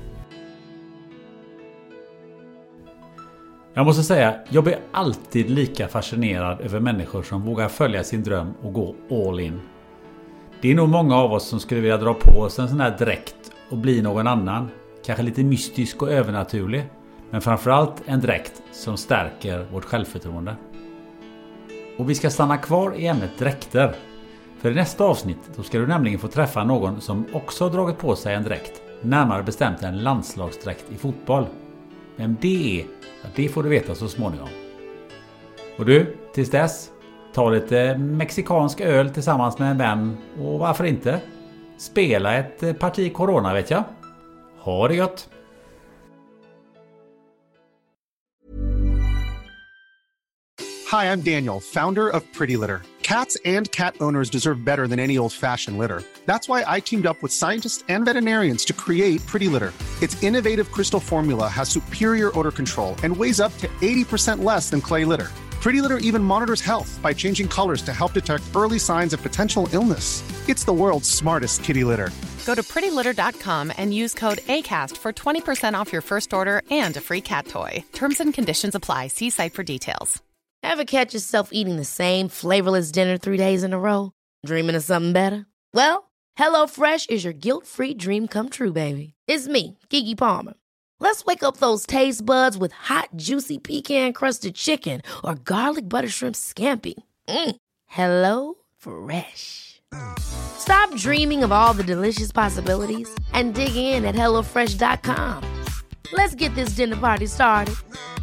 Jag måste säga, jag blir alltid lika fascinerad över människor som vågar följa sin dröm och gå all in. Det är nog många av oss som skulle vilja dra på oss en sån här dräkt och bli någon annan. Kanske lite mystisk och övernaturlig. Men framförallt en dräkt som stärker vårt självförtroende. Och vi ska stanna kvar i ämnet dräkter. För i nästa avsnitt då ska du nämligen få träffa någon som också har dragit på sig en dräkt. Närmare bestämt en landslagsdräkt i fotboll. Vem det är, ja, det får du veta så småningom. Och du, tills dess, ta lite mexikansk öl tillsammans med en vän. Och varför inte? Spela ett parti Corona, vet jag. Ha det gott! Hi, I'm Daniel, founder of Pretty Litter. Cats and cat owners deserve better than any old-fashioned litter. That's why I teamed up with scientists and veterinarians to create Pretty Litter. Its innovative crystal formula has superior odor control and weighs up to eighty percent less than clay litter. Pretty Litter even monitors health by changing colors to help detect early signs of potential illness. It's the world's smartest kitty litter. Go to pretty litter dot com and use code ACAST for twenty percent off your first order and a free cat toy. Terms and conditions apply. See site for details. Ever catch yourself eating the same flavorless dinner three days in a row? Dreaming of something better? Well, HelloFresh is your guilt-free dream come true, baby. It's me, Keke Palmer. Let's wake up those taste buds with hot, juicy pecan-crusted chicken or garlic butter shrimp scampi. Mm. Hello Fresh. Stop dreaming of all the delicious possibilities and dig in at hello fresh dot com. Let's get this dinner party started.